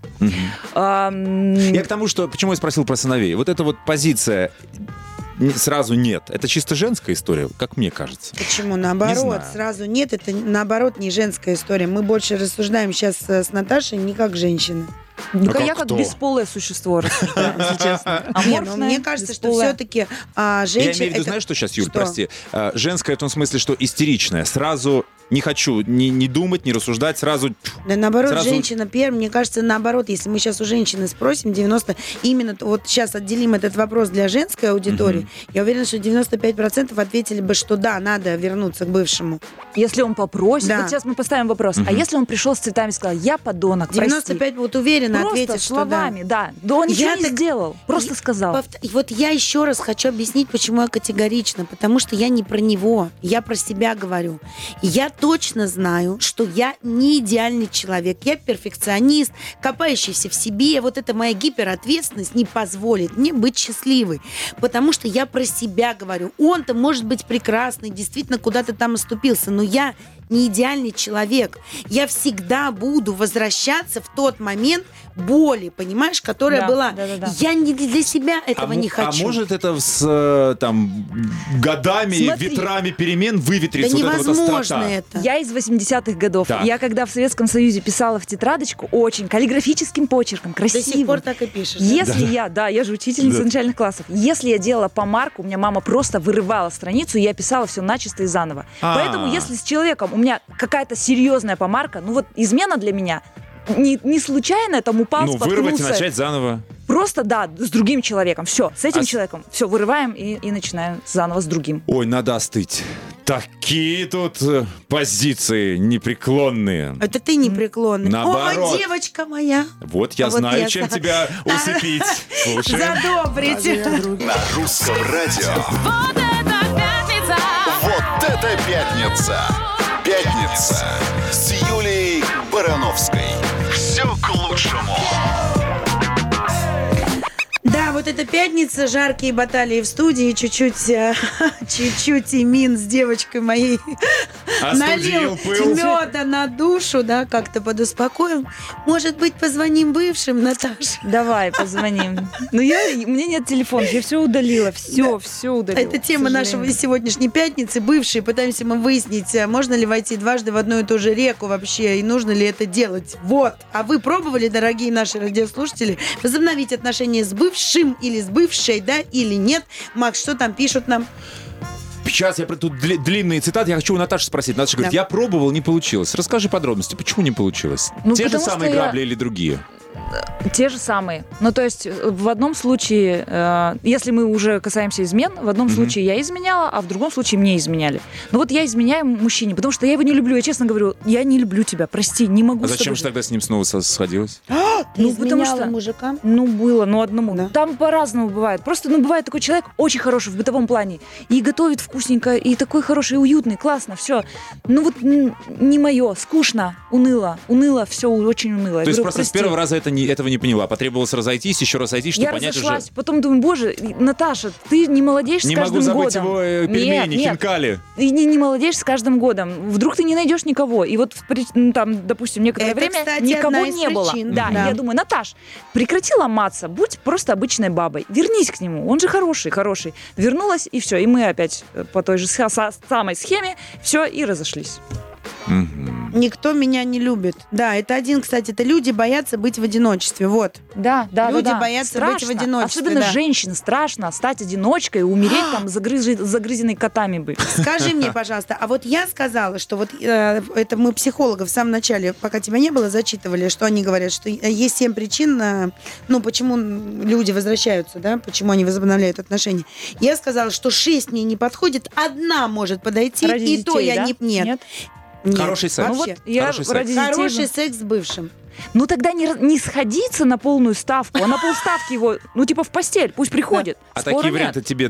Я к тому, что... Почему я спросил про сыновей? Вот эта вот позиция сразу нет. Это чисто женская история, как мне кажется. Почему? Не Наоборот, знаю. сразу нет, это наоборот не женская история. Мы больше рассуждаем сейчас с Наташей не как женщины. Ну, как я как кто? бесполое существо рассуждаю, если честно. Не, Аморфное, но мне кажется, что бесполое. все-таки Я женщина... имею в виду, знаешь, что сейчас, Юль, Что? прости? Женская в том смысле, что истеричная. Сразу не хочу ни думать, ни рассуждать, сразу... Да наоборот, Сразу- женщина первая, мне кажется, наоборот, если мы сейчас у женщины спросим, 90, именно вот сейчас отделим этот вопрос для женской аудитории, я уверена, что 95% ответили бы, что да, надо вернуться к бывшему. Если он попросит, Да. вот сейчас мы поставим вопрос, а если он пришел с цветами и сказал, я подонок, прости. 95 вот уверенно Просто ответят, что словами, да. Да он ничего Я не так- сделал, просто сказал. И вот я еще раз хочу объяснить, почему я категорична. Потому что я не про него, я про себя говорю. И я точно знаю, что я не идеальный человек. Я перфекционист, копающийся в себе. Вот эта моя гиперответственность не позволит мне быть счастливой. Потому что я про себя говорю. Он-то может быть прекрасный, действительно куда-то там оступился, но я не идеальный человек. Я всегда буду возвращаться в тот момент боли, понимаешь, которая Да, была. да. Я не для себя этого не хочу. А может это там годами, Смотри. ветрами перемен Да выветрится вот эта вот невозможно острота? это. Я из 80-х годов. Так. Я когда в Советском Союзе писала в тетрадочку очень каллиграфическим почерком, До сих красивым. пор так и пишешь. да? Если я же учительница Да. начальных классов, если я делала помарку, у меня мама просто вырывала страницу, и я писала все начисто и заново. Поэтому если с человеком у меня какая-то серьезная помарка, ну вот измена для меня не случайно там упал, Ну, вырвать и споткнулся. начать заново. Просто, да, с другим человеком. Все, с этим А человеком. Все, вырываем и начинаем заново с другим. Ой, надо остыть. Такие тут позиции непреклонные. Это ты непреклонный. Наоборот. О, девочка моя. Вот я А вот знаю, я чем знаю. тебя усыпить. Слушай. Задобрить. На русском радио. Вот это пятница! Вот это пятница! Пятница с Юлией Барановской. Все к лучшему. Да, вот эта пятница, жаркие баталии в студии, чуть-чуть Имин с девочкой моей Остудил налил пыл. меда на душу, да, как-то подуспокоил. Может быть, позвоним бывшим, Наташа? Давай, позвоним. Ну, у меня нет телефона, я все удалила, все удалила. Это тема к нашего сожалению. сегодняшней пятницы. Бывшие, пытаемся мы выяснить, можно ли войти дважды в одну и ту же реку вообще, и нужно ли это делать. Вот. А вы пробовали, дорогие наши радиослушатели, возобновить отношения с бывшим или с бывшей, да, или нет? Макс, что там пишут нам? Сейчас я про тут длинные цитаты. Я хочу у Наташи спросить. Наташа говорит, Да. я пробовал, не получилось. Расскажи подробности, почему не получилось? Ну, Те же потому самые что я- грабли или другие? Те же самые. Ну, то есть в одном случае, если мы уже касаемся измен, в одном случае я изменяла, а в другом случае мне изменяли. Ну вот я изменяю мужчине, потому что я его не люблю. Я честно говорю, я не люблю тебя, прости, не могу А с зачем тобой же жить. тогда с ним снова сходилась? Ты Ну, потому изменяла что- мужикам? Ну, было, но одному. Да. Там по-разному бывает. Просто, бывает такой человек очень хороший в бытовом плане. И готовит вкусненько, и такой хороший, и уютный, классно, все. Ну вот не мое, скучно, уныло, все очень уныло. Я То есть говорю, просто с прости. первого раза этого не поняла. Потребовалось разойтись, еще разойтись, чтобы Я понять разошлась, уже... потом думаю, боже, Наташа, ты не молодеешь Не с каждым могу забыть годом. его пельмени, Нет. хинкали. И не молодеешь с каждым годом. Вдруг ты не найдешь никого. И вот, там, допустим, некоторое Это, время кстати, никого одна из не было. причин. Да, Да. и я думаю, Наташ, прекрати ломаться, будь просто обычной бабой. Вернись к нему, он же хороший. Вернулась, и все. И мы опять по той же самой схеме все, и разошлись. Никто меня не любит. Да, это один, кстати, это люди боятся быть в одиночестве. Вот. Да. Люди боятся быть в Страшно. одиночестве, Особенно да. женщин страшно стать одиночкой, умереть там загрызенной котами быть. Скажи мне, пожалуйста, а вот я сказала, что вот это мы психологов в самом начале, пока тебя не было, зачитывали, что они говорят, что есть 7 причин, почему люди возвращаются, да, почему они возобновляют отношения. Я сказала, что 6 мне не подходит, одна может подойти, Ради и то детей, я да? не... Нет. Хороший секс. Ну вот Вообще. я Хороший секс. ради детей... Хороший секс с бывшим. Ну тогда не сходиться на полную ставку, а на полставки его, в постель, пусть приходит. А Спора такие нет. варианты тебе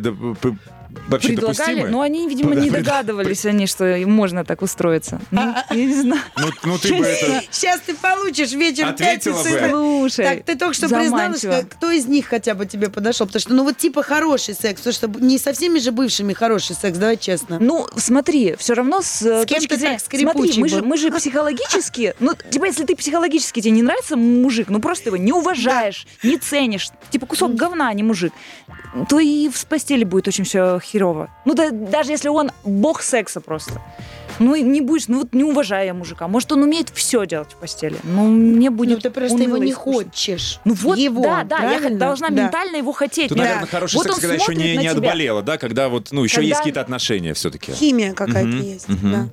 вообще Предлагали, допустимы? но они, видимо, не догадывались они, что им можно так устроиться. Ну, я не знаю. Ну ты бы это... Сейчас ты получишь вечер Ответила пятницы. бы. Слушай, Так, ты только что призналась, заманчиво. кто из них хотя бы тебе подошел? Потому что, хороший секс. Потому что не со всеми же бывшими хороший секс, давай честно. Ну, смотри, все равно с кем точки ты зрения... так скрипучий Смотри, был? мы же психологически... если ты психологически тебе не нравится мужик, просто его не уважаешь, не ценишь, кусок говна, а не мужик, то и в постели будет очень все херово. Даже если он бог секса просто. Не будешь, не уважая мужика. Может, он умеет все делать в постели. Мне будет Ты просто уныло его и не скучно. хочешь. Его, я правильно? должна Да. ментально его хотеть. Тут, Да. наверное, хороший Вот секс, он когда еще смотрит на не тебя. отболела, да? Когда еще Когда- есть какие-то отношения все-таки. Химия какая-то есть. Да.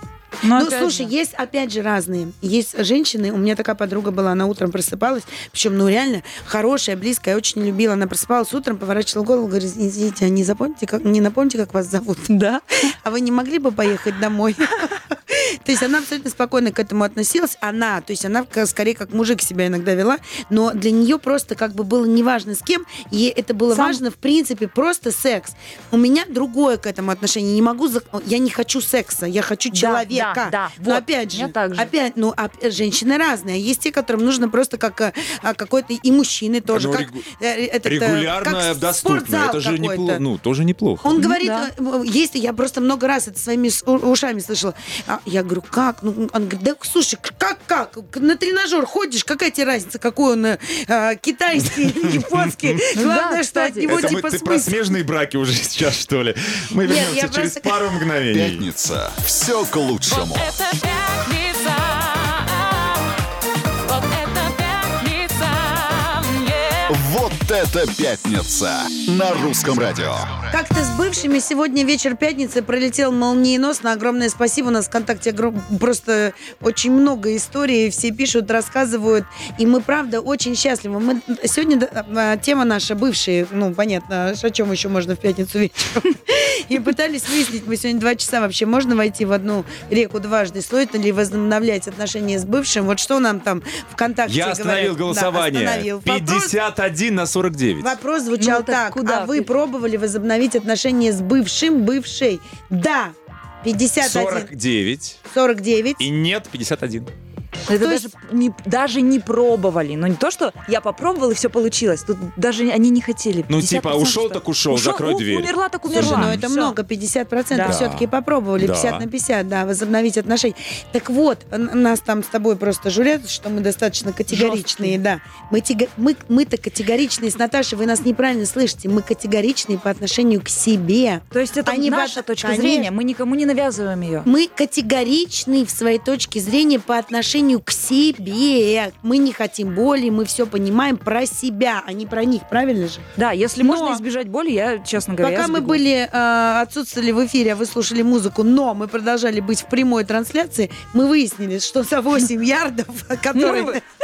Но Ну, опять слушай, же. есть, опять же, разные. Есть женщины, у меня такая подруга была, она утром просыпалась, причем, реально хорошая, близкая, очень любила. Она просыпалась утром, поворачивала голову, говорит, извините, а не напомните, как вас зовут? Да. А вы не могли бы поехать домой? То есть она абсолютно спокойно к этому относилась. Она скорее как мужик себя иногда вела, но для нее просто было неважно с кем, ей это было важно, в принципе, просто секс. У меня другое к этому отношение. Я не хочу секса, я хочу человека. да, Но вот, опять у меня же, так же. женщины разные. Есть те, которым нужно просто как какой-то, и мужчины тоже. Ну, как, Регулярно как доступно. спортзал Это же какой-то. тоже неплохо. Он говорит, да. я просто много раз это своими ушами слышала. Я говорю, как? Он говорит, да слушай, как? На тренажер ходишь, какая тебе разница, какой он китайский или японский? Главное, что от кстати. него Это типа ты про смысл. смежные браки уже сейчас, что ли? Мы Нет, вернемся я через просто- пару мгновений. Пятница. Все к лучшему. Это пятница. Вот это пятница. Yeah. Вот это пятница на русском радио. Как-то с бывшими сегодня вечер пятницы пролетел молниеносно. Огромное спасибо. У нас в ВКонтакте просто очень много историй. Все пишут, рассказывают. И мы, правда, очень счастливы. Сегодня тема наша бывшие. Понятно, о чем еще можно в пятницу вечером. И пытались выяснить, мы сегодня 2 часа вообще можно войти в одну реку дважды? Стоит ли возобновлять отношения с бывшим? Вот что нам там ВКонтакте Я говорят? остановил голосование. Да, остановил. 51-49. Вопрос звучал Ну, так так. куда А вы ты? пробовали возобновить отношения с бывшей? Да. 51. 49. И нет, 51. Это То даже не пробовали. Но не то, что я попробовала, и все получилось. Тут даже они не хотели. Ну, 50%, типа, ушел что так ушел, закрой дверь. Умерла так умерла. Слушай, ну это Всё. много, 50% Да. все-таки попробовали, Да. 50 на 50, да, возобновить отношения. Так вот, нас там с тобой просто журят, что мы достаточно категоричные, да. Мы-то категоричные с Наташей, вы нас неправильно слышите, мы категоричные по отношению к себе. То есть это Они наша в- точка конечно. зрения, мы никому не навязываем ее. Мы категоричны в своей точке зрения по отношению к себе. Мы не хотим боли, мы все понимаем про себя, а не про них, правильно же? Да, если Но- можно избежать боли, я, честно говоря, Пока мы сбегу. отсутствовали в эфире, а вы слушали музыку, но мы продолжали быть в прямой трансляции, мы выяснили, что за 8 ярдов, которые...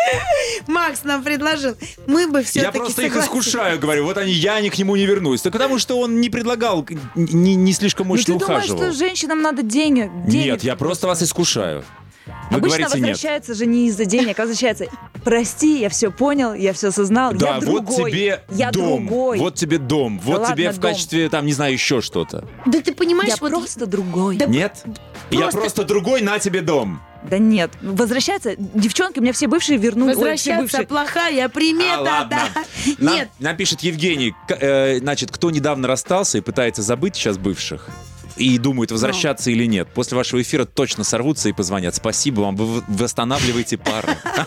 Макс нам предложил. Мы бы все-таки Я просто их искушаю, говорю, вот я к нему не вернусь. Так потому что он не предлагал, не слишком Ну мощно ты думаешь, ухаживал. что женщинам надо денег? Нет, я просто вас искушаю. Вы Обычно говорите нет. возвращается же не из-за денег, а возвращается: прости, я все понял, я все осознал, Да, я другой. вот тебе я дом, другой. вот тебе дом, вот ладно, тебе в дом. качестве, там, не знаю, еще что-то. Да ты понимаешь, Я вот просто другой. Да Нет? Я просто другой, на тебе дом. Да нет, возвращается. Девчонки, у меня все бывшие вернулись. Ой, все возвращаться бывшие. плохая примета, ладно. да. Нам Нет, напишет Евгений, значит, кто недавно расстался и пытается забыть сейчас бывших, и думает, возвращаться или нет. После вашего эфира точно сорвутся и позвонят. Спасибо вам, вы восстанавливаете пару.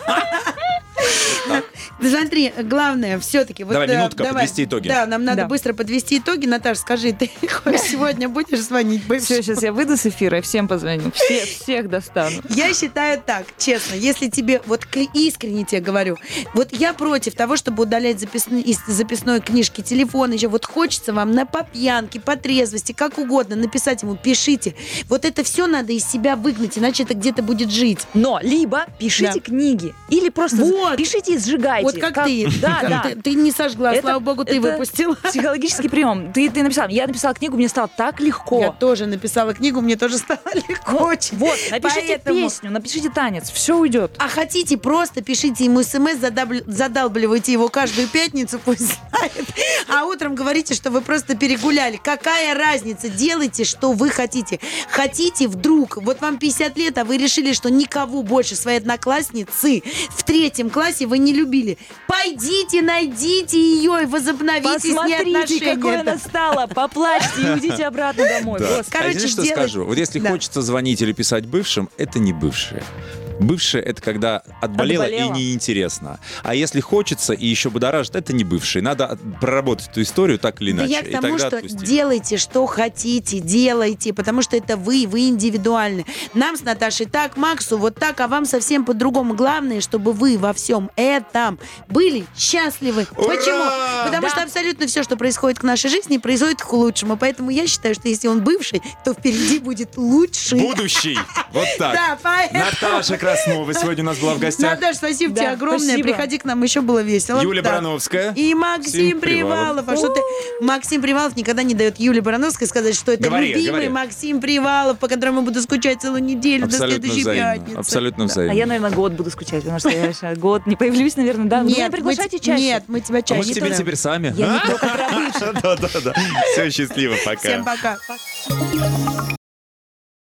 смотри, главное, все-таки... Давай, минутка, подвести итоги. Да, нам надо Да. быстро подвести итоги. Наташа, скажи, ты хоть сегодня будешь звонить Все, бывшим? сейчас я выйду с эфира и всем позвоню. Всех достану. Я считаю так, честно, если тебе, вот искренне тебе говорю, вот я против того, чтобы удалять из записной книжки телефон, еще вот хочется вам по пьянке, по трезвости, как угодно написать ему, пишите. Вот это все надо из себя выгнать, иначе это где-то будет жить. Но либо пишите Да. книги, или просто Вот. пишите и сжигайте. Вот как ты. Да, Как да. Ты не сожгла, Это- слава богу, ты это выпустила. Психологический прием. Ты написала. Я написала книгу, мне стало так легко. Я тоже написала книгу, мне тоже стало легко очень. Вот, напишите Поэтому- песню, напишите танец, все уйдет. А хотите, просто пишите ему смс, задалбливайте его каждую пятницу, пусть знает. А утром говорите, что вы просто перегуляли. Какая разница? Делайте, что вы хотите. Хотите вдруг, вот вам 50 лет, а вы решили, что никого больше своей одноклассницы в 3 классе вы не любили. Пойдите, найдите ее и возобновите с ней Посмотрите, отношения. какой она стала. Поплачьте и уйдите обратно домой. Да. Господи. Короче, а знаешь, что делай- скажу? Вот если Да. хочется звонить или писать бывшим, это не бывшие. Бывшие — это когда отболело и Отболело. неинтересно. А если хочется и еще будоражит, это не бывшие. Надо проработать эту историю так или Да иначе. я к и тому, тогда что отпустить. делайте, что хотите, делайте, потому что это вы индивидуальны. Нам с Наташей так, Максу вот так, а вам совсем по-другому. Главное, чтобы вы во всем этом были счастливы. Ура! Почему? Потому Да. что абсолютно все, что происходит в нашей жизни, происходит к лучшему. Поэтому я считаю, что если он бывший, то впереди будет лучший. Будущий. Вот так. Да, поэтому... Наташа Краснова сегодня у нас была в гостях. Наташа, спасибо Да, тебе огромное. спасибо. Приходи к нам, еще было весело. Юля Да. Барановская. И Максим Максим Привалов. Привалов. А что ты? Максим Привалов никогда не дает Юле Барановской сказать, что это Говори, любимый говори. Максим Привалов, по которому буду скучать целую неделю Абсолютно до следующей взаимно. пятницы. Абсолютно Да. взаимно. А я, наверное, год буду скучать, потому что я сейчас год не появлюсь, наверное, да? Вы меня Нет, приглашайте чаще. Нет, мы тебя А чаще. мы к тебе теперь сами. Я не только про бывших. Да-да-да. Все, счастливо, пока. Всем пока.